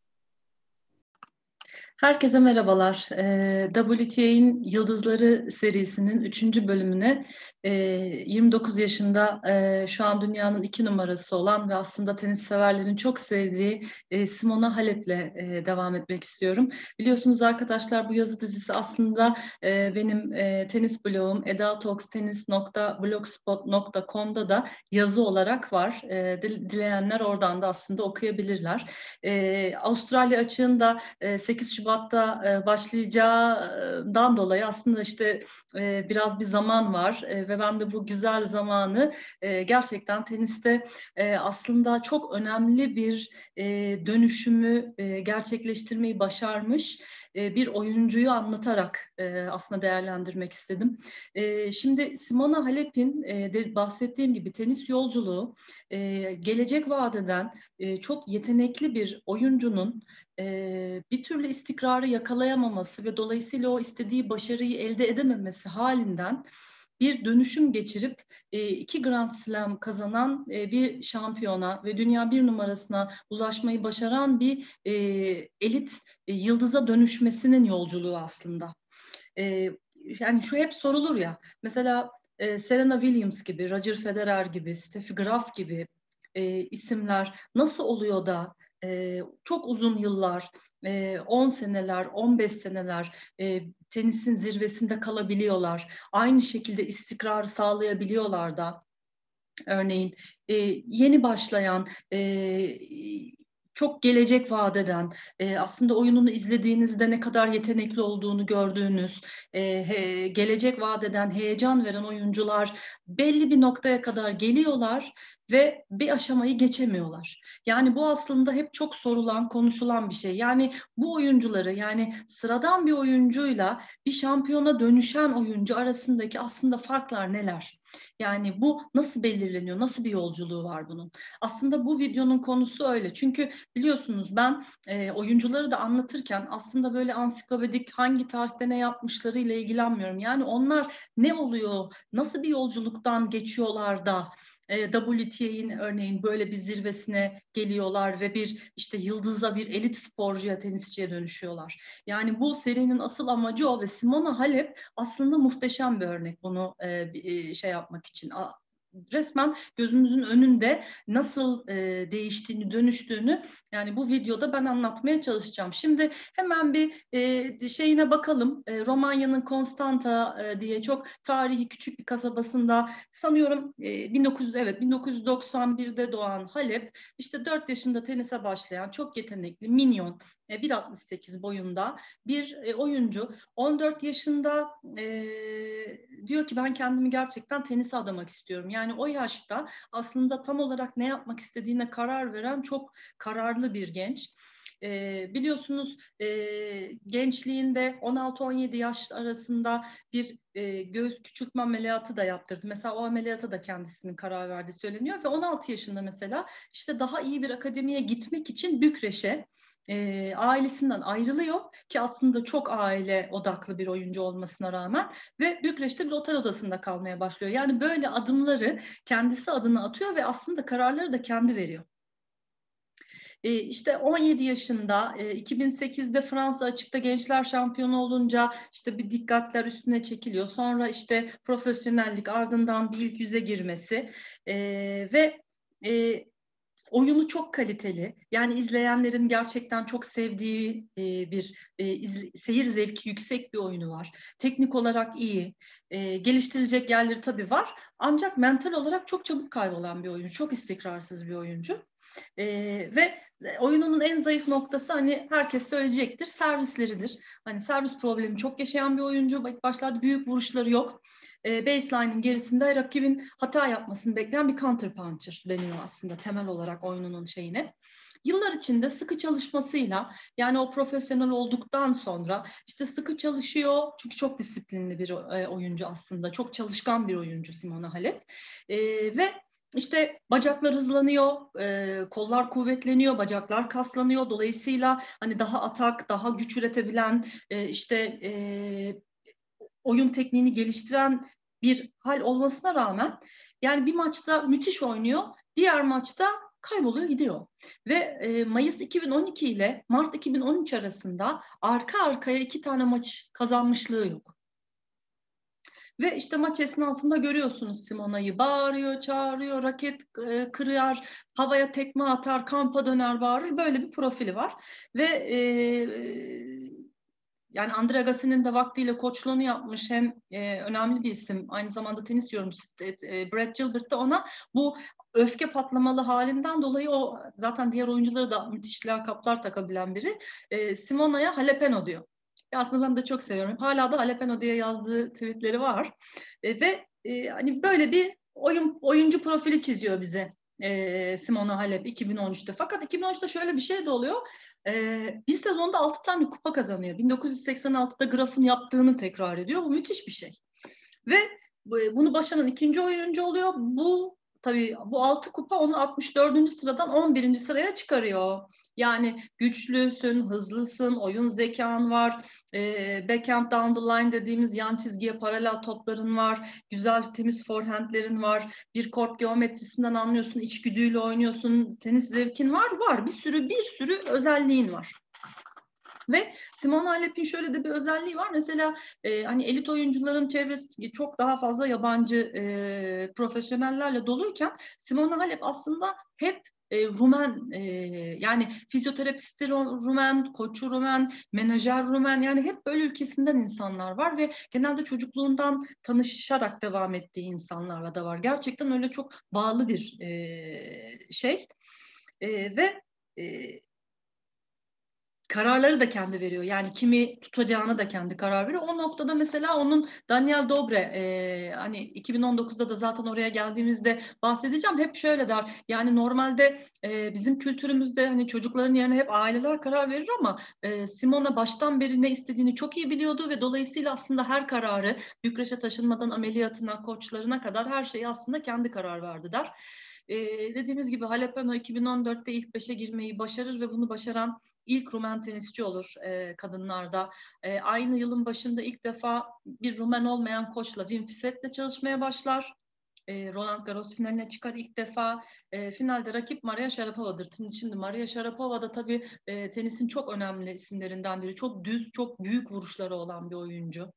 Herkese merhabalar. Ee, W T A'nin Yıldızları serisinin üçüncü bölümüne e, yirmi dokuz yaşında e, şu an dünyanın iki numarası olan ve aslında tenis severlerin çok sevdiği e, Simona Halep'le e, devam etmek istiyorum. Biliyorsunuz arkadaşlar bu yazı dizisi aslında e, benim e, tenis blogum edaltalkstennis nokta blogspot nokta com'da da yazı olarak var. E, dileyenler oradan da aslında okuyabilirler. E, Avustralya açığında e, sekiz Şubat'ta e, başlayacağından dolayı aslında işte e, biraz bir zaman var e, ve ben de bu güzel zamanı e, gerçekten teniste e, aslında çok önemli bir e, dönüşümü e, gerçekleştirmeyi başarmış e, bir oyuncuyu anlatarak e, aslında değerlendirmek istedim. E, şimdi Simona Halep'in e, de bahsettiğim gibi tenis yolculuğu e, gelecek vadeden e, çok yetenekli bir oyuncunun e, bir türlü istikrarı yakalayamaması ve dolayısıyla o istediği başarıyı elde edememesi halinden bir dönüşüm geçirip e, iki Grand Slam kazanan e, bir şampiyona ve dünya bir numarasına ulaşmayı başaran bir e, elit e, yıldıza dönüşmesinin yolculuğu aslında. E, yani şu hep sorulur ya, mesela e, Serena Williams gibi, Roger Federer gibi, Steffi Graf gibi e, isimler nasıl oluyor da e, çok uzun yıllar, e, on seneler, on beş seneler e, tenisin zirvesinde kalabiliyorlar. Aynı şekilde istikrarı sağlayabiliyorlar da. Örneğin e, yeni başlayan, e, çok gelecek vaat eden, e, aslında oyununu izlediğinizde ne kadar yetenekli olduğunu gördüğünüz, e, he, gelecek vaat eden, heyecan veren oyuncular belli bir noktaya kadar geliyorlar ve bir aşamayı geçemiyorlar. Yani bu aslında hep çok sorulan, konuşulan bir şey. Yani bu oyuncuları, yani sıradan bir oyuncuyla bir şampiyona dönüşen oyuncu arasındaki aslında farklar neler? Yani bu nasıl belirleniyor? Nasıl bir yolculuğu var bunun? Aslında bu videonun konusu öyle. Çünkü biliyorsunuz ben e, oyuncuları da anlatırken aslında böyle ansiklopedik hangi tarihte ne yapmışları ile ilgilenmiyorum. Yani onlar ne oluyor? Nasıl bir yolculuktan geçiyorlar da e, W T A'nin örneğin böyle bir zirvesine geliyorlar ve bir işte yıldızla bir elit sporcuya, tenisçiye dönüşüyorlar. Yani bu serinin asıl amacı o ve Simona Halep aslında muhteşem bir örnek bunu e, şey yapmak için. Resmen gözümüzün önünde nasıl e, değiştiğini, dönüştüğünü yani bu videoda ben anlatmaya çalışacağım. Şimdi hemen bir e, şeyine bakalım. E, Romanya'nın Constanta e, diye çok tarihi küçük bir kasabasında sanıyorum e, bin dokuz yüz evet bin dokuz yüz doksan birde doğan Halep, işte dört yaşında tenise başlayan çok yetenekli, minyon, e, bir altmış sekiz boyunda bir e, oyuncu. on dört yaşında e, diyor ki ben kendimi gerçekten tenise adamak istiyorum. Yani o yaşta aslında tam olarak ne yapmak istediğine karar veren çok kararlı bir genç. E, biliyorsunuz e, gençliğinde on altı on yedi yaş arasında bir e, göğüs küçültme ameliyatı da yaptırdı. Mesela o ameliyata da kendisinin karar verdiği söyleniyor ve on altı yaşında mesela işte daha iyi bir akademiye gitmek için Bükreş'e e, ailesinden ayrılıyor ki aslında çok aile odaklı bir oyuncu olmasına rağmen ve Bükreş'te bir otel odasında kalmaya başlıyor. Yani böyle adımları kendisi adına atıyor ve aslında kararları da kendi veriyor. E, işte on yedi yaşında e, iki bin sekizde Fransa Açık'ta gençler şampiyonu olunca işte bir dikkatler üstüne çekiliyor. Sonra işte profesyonellik, ardından bir ilk yüze girmesi e, ve e, oyunu çok kaliteli. Yani izleyenlerin gerçekten çok sevdiği e, bir e, izle, seyir zevki yüksek bir oyunu var. Teknik olarak iyi. E, geliştirilecek yerleri tabii var. Ancak mental olarak çok çabuk kaybolan bir oyuncu. Çok istikrarsız bir oyuncu. E, ve oyununun en zayıf noktası hani herkes söyleyecektir servisleridir. Hani servis problemi çok yaşayan bir oyuncu. İlk başlarda büyük vuruşları yok. E, baseline'in gerisinde rakibin hata yapmasını bekleyen bir counter puncher deniyor aslında temel olarak oyununun şeyine. Yıllar içinde sıkı çalışmasıyla yani o profesyonel olduktan sonra işte sıkı çalışıyor çünkü çok disiplinli bir e, oyuncu aslında. Çok çalışkan bir oyuncu Simona Halep. E, ve İşte bacaklar hızlanıyor, e, kollar kuvvetleniyor, bacaklar kaslanıyor. Dolayısıyla hani daha atak, daha güç üretebilen, e, işte e, oyun tekniğini geliştiren bir hal olmasına rağmen yani bir maçta müthiş oynuyor, diğer maçta kayboluyor gidiyor. Ve e, Mayıs iki bin on iki ile Mart iki bin on üç arasında arka arkaya iki tane maç kazanmışlığı yok. Ve işte maç esnasında görüyorsunuz Simona'yı bağırıyor, çağırıyor, raket e, kırıyor, havaya tekme atar, kampa döner, bağırır. Böyle bir profili var. Ve e, yani Andre Agassi'nin de vaktiyle koçluğunu yapmış hem e, önemli bir isim, aynı zamanda tenis yorumcusu e, Brad Gilbert de ona bu öfke patlamalı halinden dolayı o zaten diğer oyuncuları da müthiş lakaplar takabilen biri. E, Simona'ya Halepeno diyor. Aslında ben de çok seviyorum. Hala da Halepeno diye yazdığı tweetleri var. E, ve e, hani böyle bir oyun oyuncu profili çiziyor bize e, Simona Halep iki bin on üçte. Fakat iki bin on üçte şöyle bir şey de oluyor. E, bir sezonda altı tane kupa kazanıyor. bin dokuz yüz seksen altıda Graf'ın yaptığını tekrar ediyor. Bu müthiş bir şey. Ve bunu başaran ikinci oyuncu oluyor. Bu tabii bu altı kupa onu altmış dördüncü sıradan on birinci sıraya çıkarıyor. Yani güçlüsün, hızlısın, oyun zekan var, e, backhand down the line dediğimiz yan çizgiye paralel topların var, güzel temiz forehandlerin var, bir kort geometrisinden anlıyorsun, içgüdüyle oynuyorsun, tenis zevkin var, var bir sürü bir sürü özelliğin var. Ve Simona Halep'in şöyle de bir özelliği var. Mesela e, hani elit oyuncuların çevresi çok daha fazla yabancı e, profesyonellerle doluyken Simona Halep aslında hep e, Rumen, e, yani fizyoterapisti Rumen, koçu Rumen, menajer Rumen, yani hep böyle ülkesinden insanlar var ve genelde çocukluğundan tanışarak devam ettiği insanlarla da var. Gerçekten öyle çok bağlı bir e, şey e, ve e, kararları da kendi veriyor. Yani kimi tutacağını da kendi karar veriyor. O noktada mesela onun Daniel Dobre, e, hani iki bin on dokuzda da zaten oraya geldiğimizde bahsedeceğim. Hep şöyle der. Yani normalde e, bizim kültürümüzde hani çocukların yerine hep aileler karar verir ama e, Simona baştan beri ne istediğini çok iyi biliyordu ve dolayısıyla aslında her kararı Bükreş'e taşınmadan ameliyatına, koçlarına kadar her şeyi aslında kendi karar verdi der. Ee, dediğimiz gibi Halepano iki bin on dörtte ilk beşe girmeyi başarır ve bunu başaran ilk Rumen tenisçi olur e, kadınlarda. E, aynı yılın başında ilk defa bir Rumen olmayan koçla Wim Fiset'le çalışmaya başlar. E, Roland Garros finaline çıkar ilk defa. E, finalde rakip Maria Sharapova'dır. Şimdi Maria Sharapova da tabii e, tenisin çok önemli isimlerinden biri. Çok düz, çok büyük vuruşları olan bir oyuncu.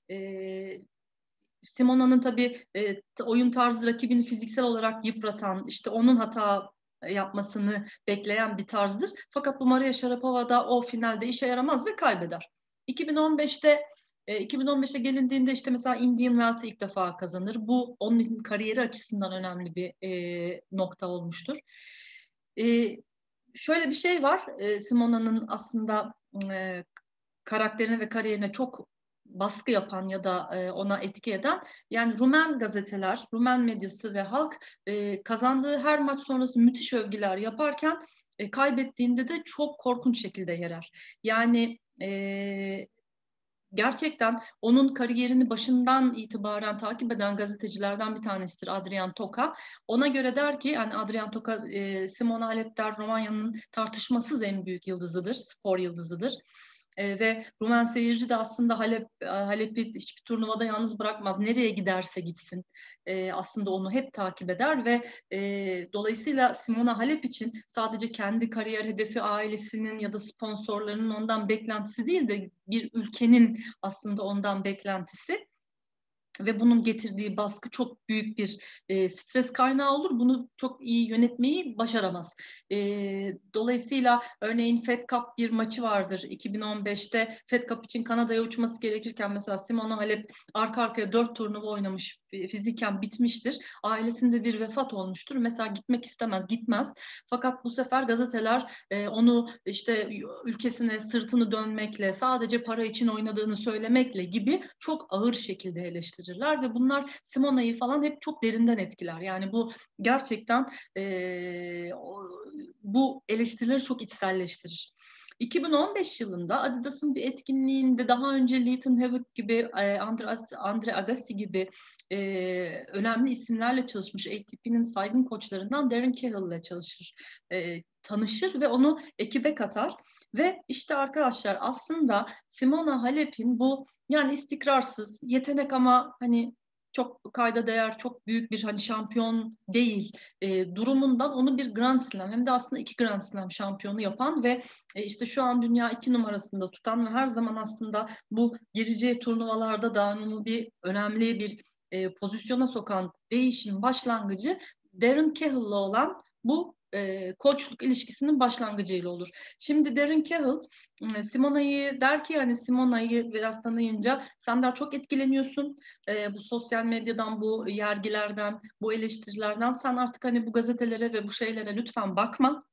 E, Simona'nın tabii e, oyun tarzı rakibini fiziksel olarak yıpratan, işte onun hata yapmasını bekleyen bir tarzdır. Fakat bu Maria Sharapova'da o finalde işe yaramaz ve kaybeder. iki bin on beşte e, iki bin on beşe gelindiğinde işte mesela Indian Wells'i ilk defa kazanır. Bu onun kariyeri açısından önemli bir e, nokta olmuştur. E, şöyle bir şey var. E, Simona'nın aslında e, karakterine ve kariyerine çok baskı yapan ya da e, ona etki eden, yani Rumen gazeteler, Rumen medyası ve halk e, kazandığı her maç sonrası müthiş övgüler yaparken e, kaybettiğinde de çok korkunç şekilde yerer. Yani e, gerçekten onun kariyerini başından itibaren takip eden gazetecilerden bir tanesidir Adrian Toka. Ona göre der ki, yani Adrian Toka, e, Simona Halep der, Romanya'nın tartışmasız en büyük yıldızıdır, spor yıldızıdır. E, ve Rumen seyirci de aslında Halep, Halep'i hiçbir turnuvada yalnız bırakmaz. Nereye giderse gitsin e, aslında onu hep takip eder ve e, dolayısıyla Simona Halep için sadece kendi kariyer hedefi, ailesinin ya da sponsorlarının ondan beklentisi değil de bir ülkenin aslında ondan beklentisi. Ve bunun getirdiği baskı çok büyük bir e, stres kaynağı olur. Bunu çok iyi yönetmeyi başaramaz. E, dolayısıyla örneğin Fed Cup bir maçı vardır. iki bin on beşte Fed Cup için Kanada'ya uçması gerekirken mesela Simona Halep arka arkaya dört turnuva oynamış, fiziken bitmiştir. Ailesinde bir vefat olmuştur. Mesela gitmek istemez, gitmez. Fakat bu sefer gazeteler e, onu işte ülkesine sırtını dönmekle, sadece para için oynadığını söylemekle gibi çok ağır şekilde eleştirir ve bunlar Simona'yı falan hep çok derinden etkiler. Yani bu gerçekten e, bu eleştirileri çok içselleştirir. iki bin on beş yılında Adidas'ın bir etkinliğinde daha önce Leighton Hewitt gibi, Andre, Andre Agassi gibi e, önemli isimlerle çalışmış, A T P'nin saygın koçlarından Darren Cahill ile çalışır, e, tanışır ve onu ekibe katar. Ve işte arkadaşlar, aslında Simona Halep'in bu, yani istikrarsız, yetenek ama hani çok kayda değer, çok büyük bir hani şampiyon değil e, durumundan onu bir Grand Slam, hem de aslında iki Grand Slam şampiyonu yapan ve e, işte şu an dünya iki numarasında tutan ve her zaman aslında bu gireceği turnuvalarda da onu bir önemli bir e, pozisyona sokan değişim başlangıcı Darren Cahill'la olan bu e, koçluk ilişkisinin başlangıcıyla olur. Şimdi Darren Cahill Simona'yı der ki, hani Simona'yı biraz tanıyınca sen der çok etkileniyorsun e, bu sosyal medyadan, bu yergilerden, bu eleştirilerden, sen artık hani bu gazetelere ve bu şeylere lütfen bakma.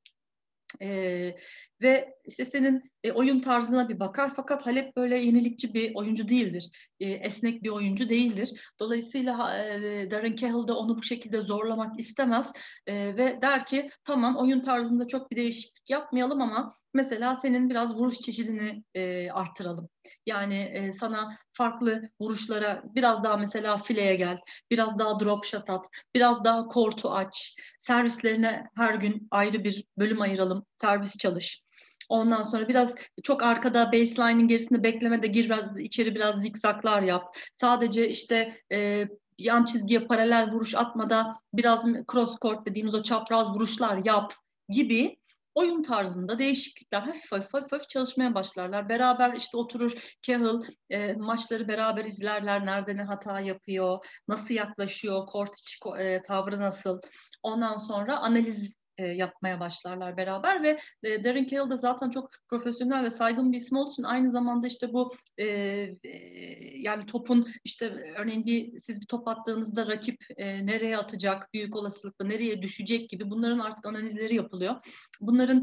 Ee, ve işte senin e, oyun tarzına bir bakar, fakat Halep böyle yenilikçi bir oyuncu değildir, e, esnek bir oyuncu değildir. Dolayısıyla e, Darren Cahill de onu bu şekilde zorlamak istemez e, ve der ki tamam, oyun tarzında çok bir değişiklik yapmayalım ama mesela senin biraz vuruş çeşidini e, arttıralım. Yani e, sana farklı vuruşlara, biraz daha mesela fileye gel, biraz daha drop shot at, biraz daha kortu aç, servislerine her gün ayrı bir bölüm ayıralım, servis çalış. Ondan sonra biraz çok arkada baseline'in gerisinde beklemede gir, biraz içeri biraz zikzaklar yap. Sadece işte e, yan çizgiye paralel vuruş atmada biraz cross court dediğimiz o çapraz vuruşlar yap gibi oyun tarzında değişiklikler, hafif hafif hafif, hafif çalışmaya başlarlar. Beraber işte oturur Cahill, e, maçları beraber izlerler. Nerede ne hata yapıyor, nasıl yaklaşıyor, kort içi e, tavrı nasıl. Ondan sonra analiz e, yapmaya başlarlar beraber ve e, Darren Cahill de zaten çok profesyonel ve saygın bir isim olduğu için aynı zamanda işte bu e, e, yani topun işte örneğin bir siz bir top attığınızda rakip e, nereye atacak, büyük olasılıkla nereye düşecek gibi bunların artık analizleri yapılıyor. Bunların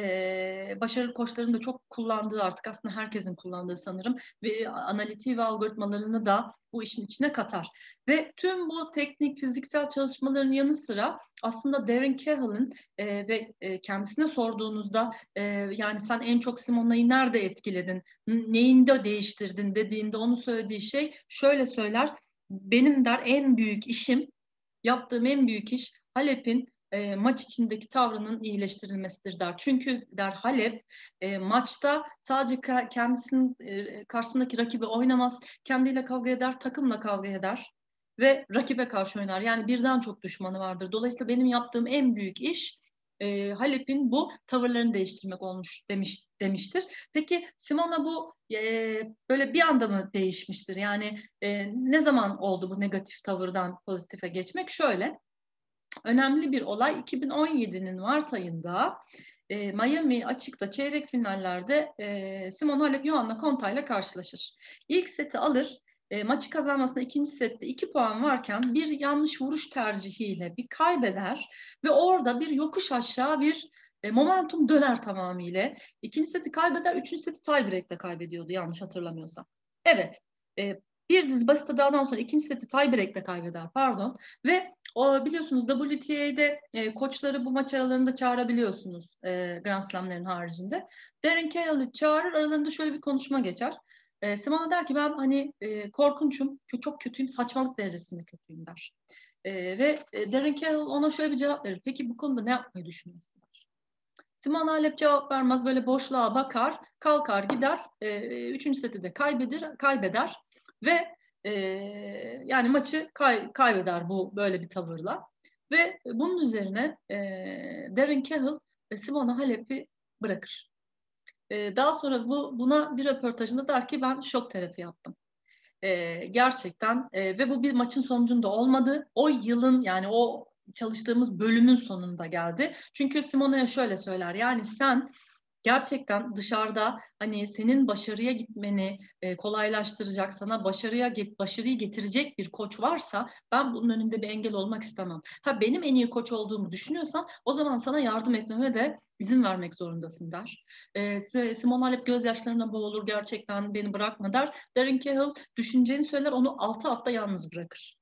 e, başarılı koçların da çok kullandığı, artık aslında herkesin kullandığı sanırım, ve analitiği ve algoritmalarını da bu işin içine katar. Ve tüm bu teknik, fiziksel çalışmaların yanı sıra aslında Darren Cahill'in e, ve e, kendisine sorduğunuzda e, yani sen en çok Simona'yı nerede etkiledin, neyinde değiştirdin dediğinde onu söylediği şey şöyle söyler: benim der en büyük işim, yaptığım en büyük iş Halep'in e, maç içindeki tavrının iyileştirilmesidir der. Çünkü der Halep e, maçta sadece kendisinin e, karşısındaki rakibi oynamaz, kendiyle kavga eder, takımla kavga eder ve rakibe karşı oynar. Yani birden çok düşmanı vardır. Dolayısıyla benim yaptığım en büyük iş e, Halep'in bu tavırlarını değiştirmek olmuş demiş demiştir. Peki Simona bu e, böyle bir anda mı değişmiştir? Yani e, ne zaman oldu bu negatif tavırdan pozitife geçmek? Şöyle, önemli bir olay iki bin on yedinin Mart ayında e, Miami açıkta çeyrek finallerde e, Simona Halep Joanna Konta ile karşılaşır. İlk seti alır. E, maçı kazanmasına ikinci sette iki puan varken bir yanlış vuruş tercihiyle bir kaybeder ve orada bir yokuş aşağı bir e, momentum döner tamamıyla. İkinci seti kaybeder, üçüncü seti tiebreak'te kaybediyordu yanlış hatırlamıyorsam. Evet, e, bir dizi basit hatadan sonra ikinci seti tiebreak'te kaybeder, pardon, ve o biliyorsunuz W T A'de e, koçları bu maç aralarında çağırabiliyorsunuz e, Grand Slam'lerin haricinde. Darren Cahill'i çağırır, aralarında şöyle bir konuşma geçer. E, Simona der ki ben hani e, korkunçum, çok kötüyüm, saçmalık derecesinde kötüyüm der. E, ve e, Darren Cahill ona şöyle bir cevap verir: peki bu konuda ne yapmayı düşünüyorsun der. Simona Halep cevap vermez, böyle boşluğa bakar, kalkar gider, e, üçüncü seti de kaybeder, kaybeder ve e, yani maçı kay, kaybeder bu böyle bir tavırla. Ve bunun üzerine e, Darren Cahill ve Simona Halep'i bırakır. E, daha sonra bu buna bir röportajında der ki ben şok terapi yaptım. E, gerçekten e, ve bu bir maçın sonucunda olmadı. O yılın, yani o çalıştığımız bölümün sonunda geldi. Çünkü Simona'ya şöyle söyler: yani sen gerçekten dışarıda hani senin başarıya gitmeni e, kolaylaştıracak, sana başarıya get, başarıyı getirecek bir koç varsa ben bunun önünde bir engel olmak istemem. Ha, benim en iyi koç olduğumu düşünüyorsan o zaman sana yardım etmeme de izin vermek zorundasın der. E, Simona Halep gözyaşlarına boğulur, gerçekten beni bırakma der. Darren Cahill düşüneceğini söyler, onu altı hafta yalnız bırakır.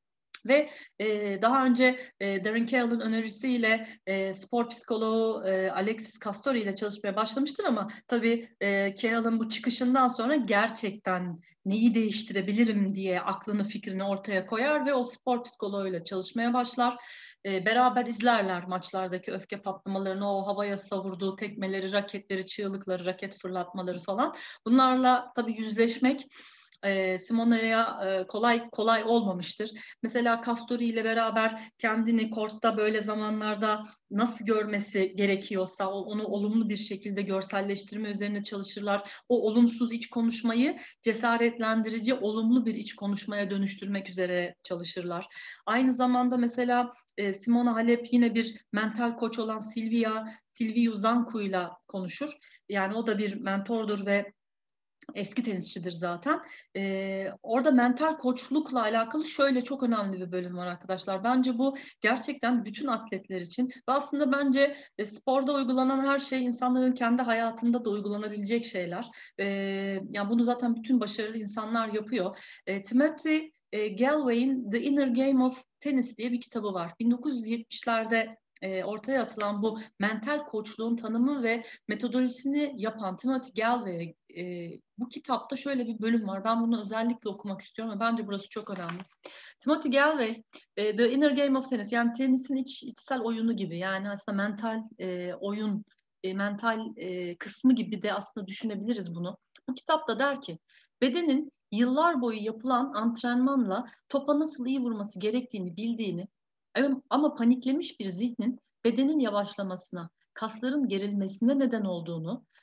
Ve e, daha önce e, Darren Cahill'in önerisiyle e, spor psikoloğu e, Alexis Castori ile çalışmaya başlamıştır ama tabii e, Cahill'in bu çıkışından sonra gerçekten neyi değiştirebilirim diye aklını fikrini ortaya koyar ve o spor psikoloğuyla çalışmaya başlar. E, beraber izlerler maçlardaki öfke patlamalarını, o havaya savurduğu tekmeleri, raketleri, çığlıkları, raket fırlatmaları falan. Bunlarla tabii yüzleşmek e, Simona'ya e, kolay kolay olmamıştır. Mesela Castori ile beraber kendini kortta böyle zamanlarda nasıl görmesi gerekiyorsa onu olumlu bir şekilde görselleştirme üzerine çalışırlar. O olumsuz iç konuşmayı cesaretlendirici, olumlu bir iç konuşmaya dönüştürmek üzere çalışırlar. Aynı zamanda mesela e, Simona Halep yine bir mental koç olan Silvia Silviu Zancu'yla konuşur. Yani o da bir mentordur ve eski tenisçidir zaten. Ee, orada mental koçlukla alakalı şöyle çok önemli bir bölüm var arkadaşlar. Bence bu gerçekten bütün atletler için ve aslında bence e, sporda uygulanan her şey insanların kendi hayatında da uygulanabilecek şeyler. Ee, yani bunu zaten bütün başarılı insanlar yapıyor. E, Timothy e, Gallwey'in The Inner Game of Tennis diye bir kitabı var. bin dokuz yüz yetmişlerde e, ortaya atılan bu mental koçluğun tanımı ve metodolojisini yapan Timothy Gallwey, e, bu kitapta şöyle bir bölüm var. Ben bunu özellikle okumak istiyorum ve bence burası çok önemli. Timothy Gallwey, e, The Inner Game of Tennis, yani tenisin iç, içsel oyunu gibi, yani aslında mental e, oyun, e, mental e, kısmı gibi de aslında düşünebiliriz bunu. Bu kitapta der ki, bedenin yıllar boyu yapılan antrenmanla topa nasıl iyi vurması gerektiğini bildiğini ama paniklemiş bir zihnin bedenin yavaşlamasına, kasların gerilmesine neden olduğunu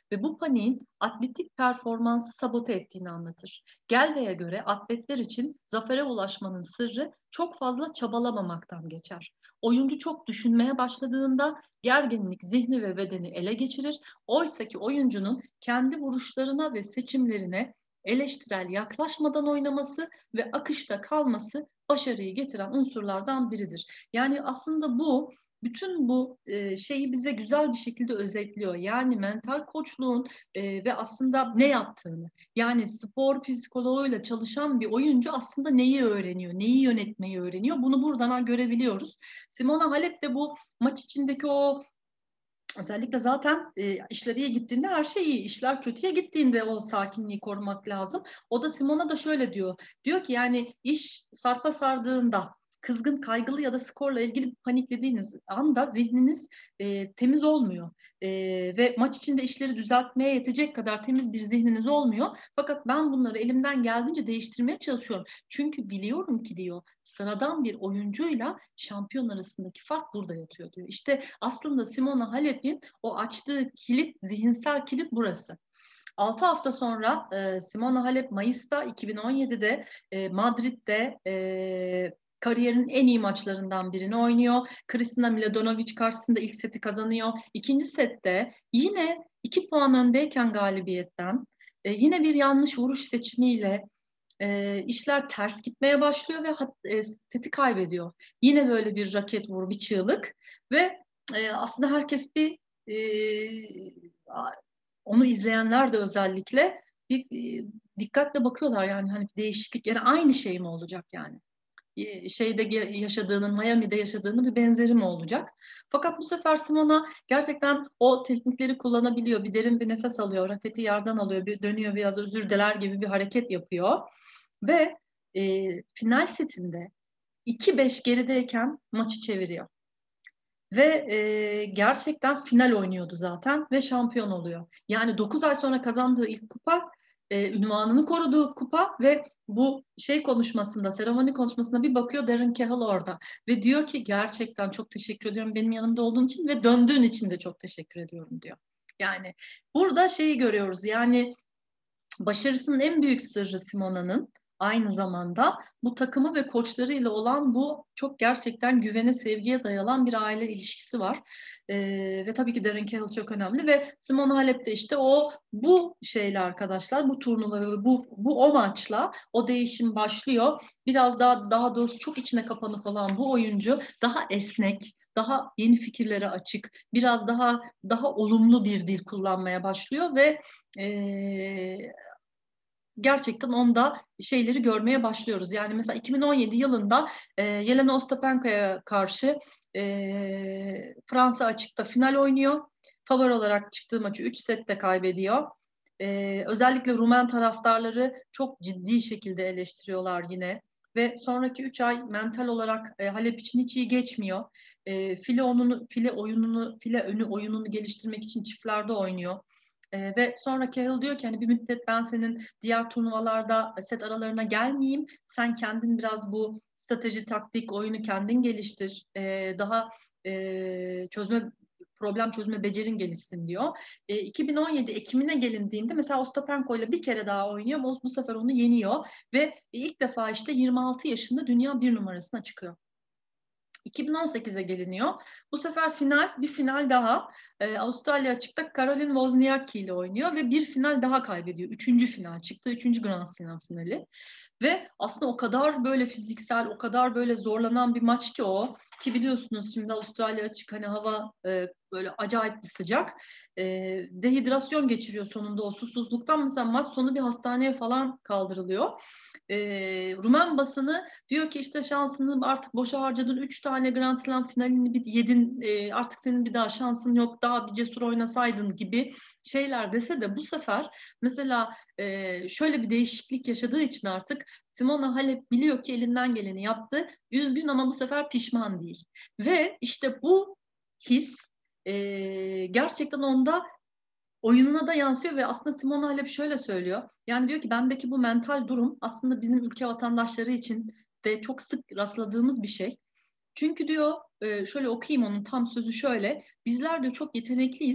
ve bu paniğin atletik performansı sabote ettiğini anlatır. Gelve'ye göre atletler için zafere ulaşmanın sırrı çok fazla çabalamamaktan geçer. Oyuncu çok düşünmeye başladığında gerginlik zihni ve bedeni ele geçirir. Oysa ki oyuncunun kendi vuruşlarına ve seçimlerine eleştirel yaklaşmadan oynaması ve akışta kalması başarıyı getiren unsurlardan biridir. Yani aslında bu bütün bu e, şeyi bize güzel bir şekilde özetliyor. Yani mental koçluğun e, ve aslında ne yaptığını. Yani spor psikoloğuyla çalışan bir oyuncu aslında neyi öğreniyor, neyi yönetmeyi öğreniyor. Bunu buradan görebiliyoruz. Simona Halep de bu maç içindeki o özellikle zaten e, işler iyi gittiğinde her şey iyi. İşler kötüye gittiğinde o sakinliği korumak lazım. O da Simona da şöyle diyor. Diyor ki yani iş sarpa sardığında, kızgın, kaygılı ya da skorla ilgili paniklediğiniz anda zihniniz e, temiz olmuyor. E, ve maç içinde işleri düzeltmeye yetecek kadar temiz bir zihniniz olmuyor. Fakat ben bunları elimden geldiğince değiştirmeye çalışıyorum. Çünkü biliyorum ki diyor, sıradan bir oyuncuyla şampiyon arasındaki fark burada yatıyor diyor. İşte aslında Simona Halep'in o açtığı kilit, zihinsel kilit burası. altı hafta sonra e, Simona Halep Mayıs'ta iki bin on yedide e, Madrid'de e, kariyerinin en iyi maçlarından birini oynuyor. Kristina Mladenovic karşısında ilk seti kazanıyor. İkinci sette yine iki puan öndeyken galibiyetten e, yine bir yanlış vuruş seçimiyle e, işler ters gitmeye başlıyor ve hat, e, seti kaybediyor. Yine böyle bir raket vur, bir çığlık ve e, aslında herkes bir e, onu izleyenler de özellikle bir e, dikkatle bakıyorlar yani hani bir değişiklik yani aynı şey mi olacak yani? Şeyde yaşadığının, Miami'de yaşadığının bir benzeri mi olacak? Fakat bu sefer Simona gerçekten o teknikleri kullanabiliyor. Bir derin bir nefes alıyor, raketi yerden alıyor, bir dönüyor biraz özür diler gibi bir hareket yapıyor. Ve e, final setinde iki beş gerideyken maçı çeviriyor. Ve e, gerçekten final oynuyordu zaten ve şampiyon oluyor. Yani dokuz ay sonra kazandığı ilk kupa, e, ünvanını koruduğu kupa ve bu şey konuşmasında, seremoni konuşmasında bir bakıyor Darren Cahill orada. Ve diyor ki gerçekten çok teşekkür ediyorum benim yanımda olduğun için ve döndüğün için de çok teşekkür ediyorum diyor. Yani burada şeyi görüyoruz yani başarısının en büyük sırrı Simona'nın aynı zamanda bu takımı ve koçlarıyla olan bu çok gerçekten güvene, sevgiye dayalan bir aile ilişkisi var. Ee, ve tabii ki Darren Cahill çok önemli ve Simona Halep de işte o bu şeyle arkadaşlar, bu turnuva ve bu, bu o maçla o değişim başlıyor. Biraz daha daha doğrusu çok içine kapanık olan bu oyuncu daha esnek, daha yeni fikirlere açık, biraz daha daha olumlu bir dil kullanmaya başlıyor ve e, gerçekten onda şeyleri görmeye başlıyoruz. Yani mesela iki bin on yedi yılında e, Yelena Ostapenka'ya karşı e, Fransa açıkta final oynuyor. Favori olarak çıktığı maçı üç sette kaybediyor. E, özellikle Rumen taraftarları çok ciddi şekilde eleştiriyorlar yine. Ve sonraki üç ay mental olarak e, Halep için hiç iyi geçmiyor. E, file, onunu, file oyununu, file önü oyununu geliştirmek için çiftlerde oynuyor. E, ve sonra Cahill diyor ki hani bir müddet ben senin diğer turnuvalarda set aralarına gelmeyeyim. Sen kendin biraz bu strateji, taktik, oyunu kendin geliştir. E, daha e, çözme problem çözme becerin gelişsin diyor. E, iki bin on yedi Ekim'ine gelindiğinde mesela Ostapenko ile bir kere daha oynuyor ama bu sefer onu yeniyor ve ilk defa işte yirmi altı yaşında dünya bir numarasına çıkıyor. iki bin on sekize geliniyor. Bu sefer final, bir final daha. Ee, Avustralya açıkta Caroline Wozniacki ile oynuyor ve bir final daha kaybediyor. Üçüncü final çıktı. Üçüncü Grand Slam finali. Ve aslında o kadar böyle fiziksel, o kadar böyle zorlanan bir maç ki o. Ki biliyorsunuz şimdi Avustralya açık hani hava e, böyle acayip bir sıcak. E, dehidrasyon geçiriyor sonunda o susuzluktan. Mesela maç sonu bir hastaneye falan kaldırılıyor. E, Rumen basını diyor ki işte şansını artık boşa harcadın. Üç tane Grand Slam finalini bir yedin. E, artık senin bir daha şansın yok. Daha bir cesur oynasaydın gibi şeyler dese de bu sefer mesela e, şöyle bir değişiklik yaşadığı için artık Simona Halep biliyor ki elinden geleni yaptı. Üzgün ama bu sefer pişman değil. Ve işte bu his e, gerçekten onda oyununa da yansıyor ve aslında Simona Halep şöyle söylüyor. Yani diyor ki bendeki bu mental durum aslında bizim ülke vatandaşları için de çok sık rastladığımız bir şey. Çünkü diyor şöyle okuyayım onun tam sözü şöyle. Bizler diyor çok yetenekliyiz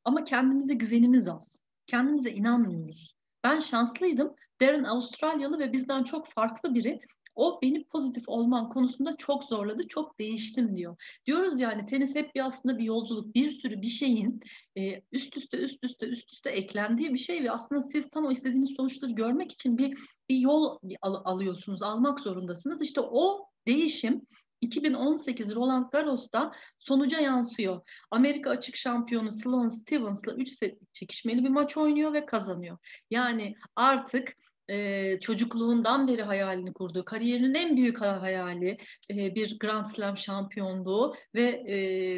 ama kendimize güvenimiz az. Kendimize inanmıyoruz. Ben şanslıydım. Darren Avustralyalı ve bizden çok farklı biri. O beni pozitif olmam konusunda çok zorladı, çok değiştim diyor. Diyoruz yani tenis hep bir aslında bir yolculuk, bir sürü bir şeyin e, üst üste üst üste üst üste eklendiği bir şey ve aslında siz tam o istediğiniz sonuçları görmek için bir bir yol al- alıyorsunuz, almak zorundasınız. İşte o değişim iki bin on sekiz Roland Garros'ta sonuca yansıyor. Amerika açık şampiyonu Sloane Stephens'la üç setlik çekişmeli bir maç oynuyor ve kazanıyor. Yani artık e, çocukluğundan beri hayalini kurduğu, kariyerinin en büyük hayali e, bir Grand Slam şampiyonluğu ve e,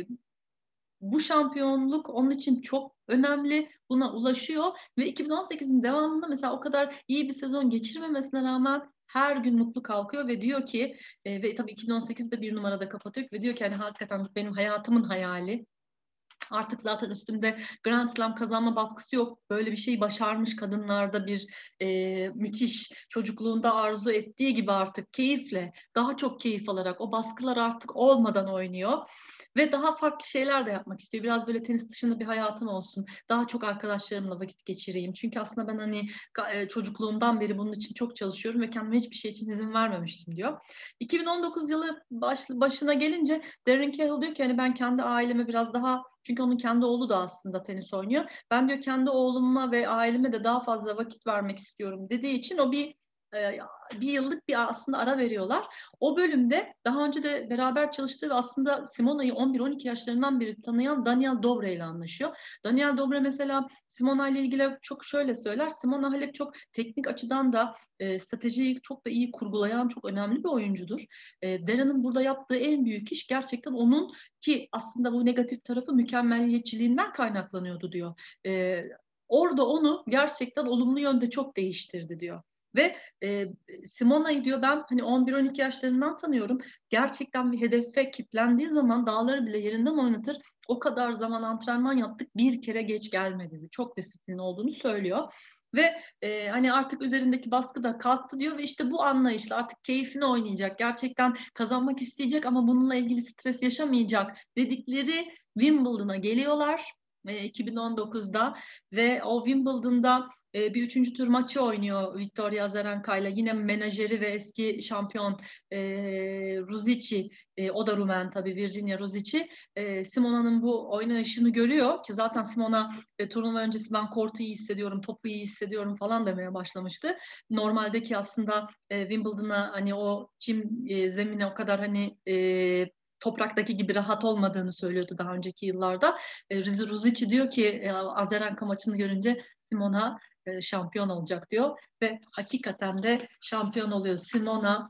bu şampiyonluk onun için çok önemli. Buna ulaşıyor ve iki bin on sekizin devamında mesela o kadar iyi bir sezon geçirmemesine rağmen her gün mutlu kalkıyor ve diyor ki e, ve tabii iki bin on sekizde bir numarada kapatıyor ve diyor ki hani hakikaten benim hayatımın hayali. Artık zaten üstümde Grand Slam kazanma baskısı yok. Böyle bir şeyi başarmış kadınlarda bir e, müthiş çocukluğunda arzu ettiği gibi artık keyifle, daha çok keyif alarak o baskılar artık olmadan oynuyor. Ve daha farklı şeyler de yapmak istiyor. Biraz böyle tenis dışında bir hayatım olsun. Daha çok arkadaşlarımla vakit geçireyim. Çünkü aslında ben hani çocukluğumdan beri bunun için çok çalışıyorum ve kendime hiçbir şey için izin vermemiştim diyor. iki bin on dokuz yılı baş, başına gelince Darren Cahill diyor ki hani ben kendi aileme biraz daha, çünkü onun kendi oğlu da aslında tenis oynuyor. Ben diyor kendi oğluma ve aileme de daha fazla vakit vermek istiyorum dediği için o bir bir yıllık bir aslında ara veriyorlar. O bölümde daha önce de beraber çalıştığı ve aslında Simona'yı on bir on iki yaşlarından beri tanıyan Daniel Dobre ile anlaşıyor. Daniel Dobre mesela Simona ile ilgili çok şöyle söyler. Simona Halep çok teknik açıdan da e, stratejiyi çok da iyi kurgulayan çok önemli bir oyuncudur. E, Darren'ın burada yaptığı en büyük iş gerçekten onun, ki aslında bu negatif tarafı mükemmeliyetçiliğinden kaynaklanıyordu diyor. E, orada onu gerçekten olumlu yönde çok değiştirdi diyor. Ve e, Simona'yı diyor ben hani on bir on iki yaşlarından tanıyorum. Gerçekten bir hedefe kilitlendiği zaman dağları bile yerinden oynatır. O kadar zaman antrenman yaptık, bir kere geç gelmedi dedi. Çok disiplinli olduğunu söylüyor. Ve e, hani artık üzerindeki baskı da kalktı diyor ve işte bu anlayışla artık keyfini oynayacak. Gerçekten kazanmak isteyecek ama bununla ilgili stres yaşamayacak dedikleri Wimbledon'a geliyorlar e, iki bin on dokuzda ve o Wimbledon'da e, bir üçüncü tur maçı oynuyor Victoria Azarenka ile. Yine menajeri ve eski şampiyon e, Ruzici, e, o da Rumen tabii, Virginia Ruzici. E, Simona'nın bu oynayışını görüyor ki zaten Simona e, turnuva öncesi ben kortu iyi hissediyorum, topu iyi hissediyorum falan demeye başlamıştı. Normaldeki aslında e, Wimbledon'a hani o çim e, zemine o kadar hani e, topraktaki gibi rahat olmadığını söylüyordu daha önceki yıllarda. E, Ruzici diyor ki e, Azarenka maçını görünce Simona e, şampiyon olacak diyor ve hakikaten de şampiyon oluyor. Simona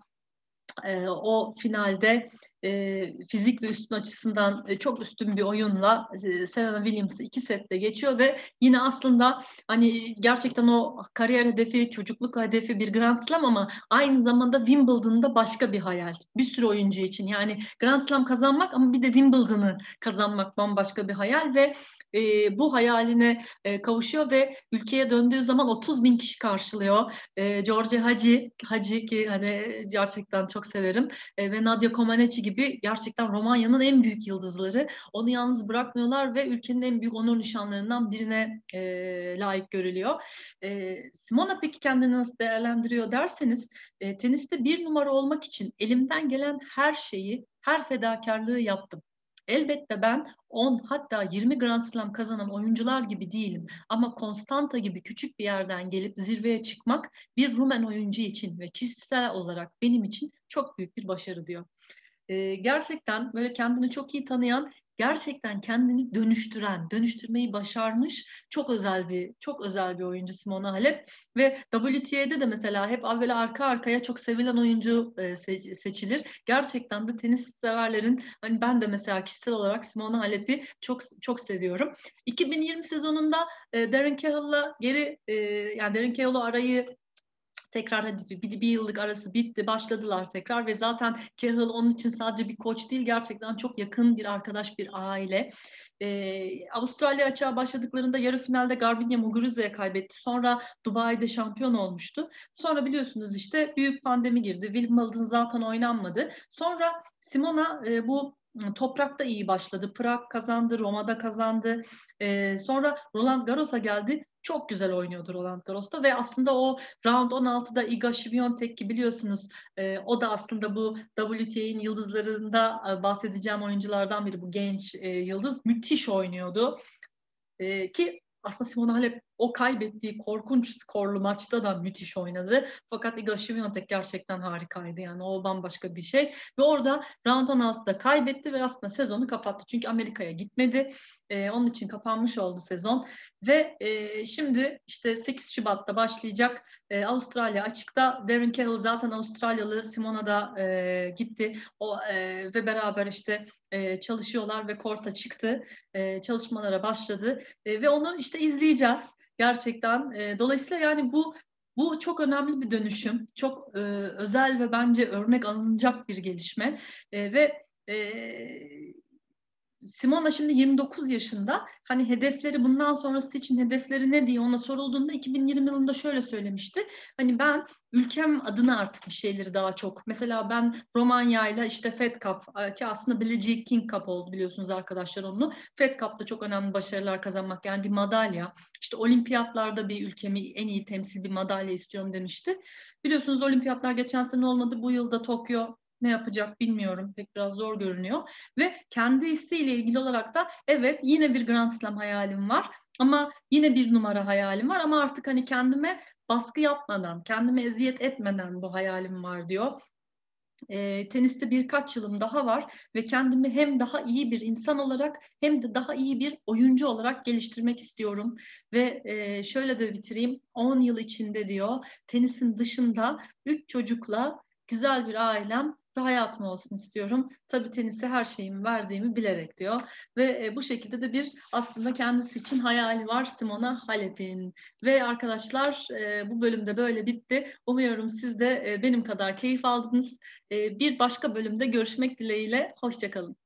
e, o finalde e, fizik ve üstün açısından e, çok üstün bir oyunla e, Serena Williams'ı iki sette geçiyor ve yine aslında hani gerçekten o kariyer hedefi, çocukluk hedefi bir Grand Slam ama aynı zamanda Wimbledon'da başka bir hayal. Bir sürü oyuncu için yani Grand Slam kazanmak ama bir de Wimbledon'ı kazanmak bambaşka bir hayal ve e, bu hayaline e, kavuşuyor ve ülkeye döndüğü zaman otuz bin kişi karşılıyor. E, George Hagi, Hagi ki hani gerçekten çok severim e, ve Nadia Comaneci gibi gerçekten Romanya'nın en büyük yıldızları. Onu yalnız bırakmıyorlar ve ülkenin en büyük onur nişanlarından birine e, layık görülüyor. E, Simona peki kendini nasıl değerlendiriyor derseniz e, teniste bir numara olmak için elimden gelen her şeyi, her fedakarlığı yaptım. Elbette ben on hatta yirmi Grand Slam kazanan oyuncular gibi değilim. Ama Constanta gibi küçük bir yerden gelip zirveye çıkmak bir Rumen oyuncu için ve kişisel olarak benim için çok büyük bir başarı diyor. Ee, gerçekten böyle kendini çok iyi tanıyan, gerçekten kendini dönüştüren, dönüştürmeyi başarmış çok özel bir çok özel bir oyuncu Simona Halep ve W T A'de de mesela hep böyle arka arkaya çok sevilen oyuncu e, seçilir. Gerçekten de tenis severlerin hani ben de mesela kişisel olarak Simona Halep'i çok çok seviyorum. iki bin yirmi sezonunda e, Darren Cahill'la geri e, yani Darren Cahill'la arayı tekrar hadi bir, bir yıllık arası bitti, başladılar tekrar ve zaten Cahill onun için sadece bir koç değil, gerçekten çok yakın bir arkadaş, bir aile. E, Avustralya açığa başladıklarında yarı finalde Garbiñe Muguruza'ya kaybetti. Sonra Dubai'de şampiyon olmuştu. Sonra biliyorsunuz işte büyük pandemi girdi. Wimbledon zaten oynanmadı. Sonra Simona e, bu toprakta iyi başladı. Prag kazandı, Roma'da kazandı. E, sonra Roland Garros'a geldi. Çok güzel oynuyordu Roland Garros'ta ve aslında o round on altıda Iga Świątek ki biliyorsunuz e, o da aslında bu W T A'nin yıldızlarında e, bahsedeceğim oyunculardan biri, bu genç e, yıldız. Müthiş oynuyordu. E, ki aslında Simona Halep o kaybettiği korkunç skorlu maçta da müthiş oynadı. Fakat Iga Świątek gerçekten harikaydı. Yani o bambaşka bir şey. Ve orada round on altıda kaybetti ve aslında sezonu kapattı. Çünkü Amerika'ya gitmedi. Ee, onun için kapanmış oldu sezon. Ve e, şimdi işte sekiz Şubat'ta başlayacak e, Avustralya açıkta. Darren Cahill zaten Avustralyalı. Simona da e, gitti. O e, ve beraber işte e, çalışıyorlar ve korta çıktı. E, çalışmalara başladı. E, ve onu işte izleyeceğiz. Gerçekten. E, dolayısıyla yani bu bu çok önemli bir dönüşüm. Çok e, özel ve bence örnek alınacak bir gelişme. E, ve e, Simona şimdi yirmi dokuz yaşında. Hani hedefleri, bundan sonrası için hedefleri ne diye ona sorulduğunda iki bin yirmi yılında şöyle söylemişti. Hani ben ülkem adına artık bir şeyleri daha çok. Mesela ben Romanya ile işte Fed Cup ki aslında Billie Jean King Cup oldu biliyorsunuz arkadaşlar onu. Fed Cup'ta çok önemli başarılar kazanmak, yani bir madalya. İşte olimpiyatlarda bir ülkemi en iyi temsil bir madalya istiyorum demişti. Biliyorsunuz olimpiyatlar geçen sene olmadı. Bu yılda Tokyo, ne yapacak bilmiyorum. Pek biraz zor görünüyor. Ve kendi isteğiyle ilgili olarak da evet yine bir Grand Slam hayalim var. Ama yine bir numara hayalim var. Ama artık hani kendime baskı yapmadan, kendime eziyet etmeden bu hayalim var diyor. E, teniste birkaç yılım daha var ve kendimi hem daha iyi bir insan olarak hem de daha iyi bir oyuncu olarak geliştirmek istiyorum. Ve e, şöyle de bitireyim. on yıl içinde diyor tenisin dışında üç çocukla güzel bir ailem ve hayatım olsun istiyorum. Tabii tenise her şeyimi verdiğimi bilerek diyor. Ve e, bu şekilde de bir aslında kendisi için hayali var Simona Halep'in. Ve arkadaşlar e, bu bölümde böyle bitti. Umuyorum siz de e, benim kadar keyif aldınız. Bir başka bölümde görüşmek dileğiyle. Hoşça kalın.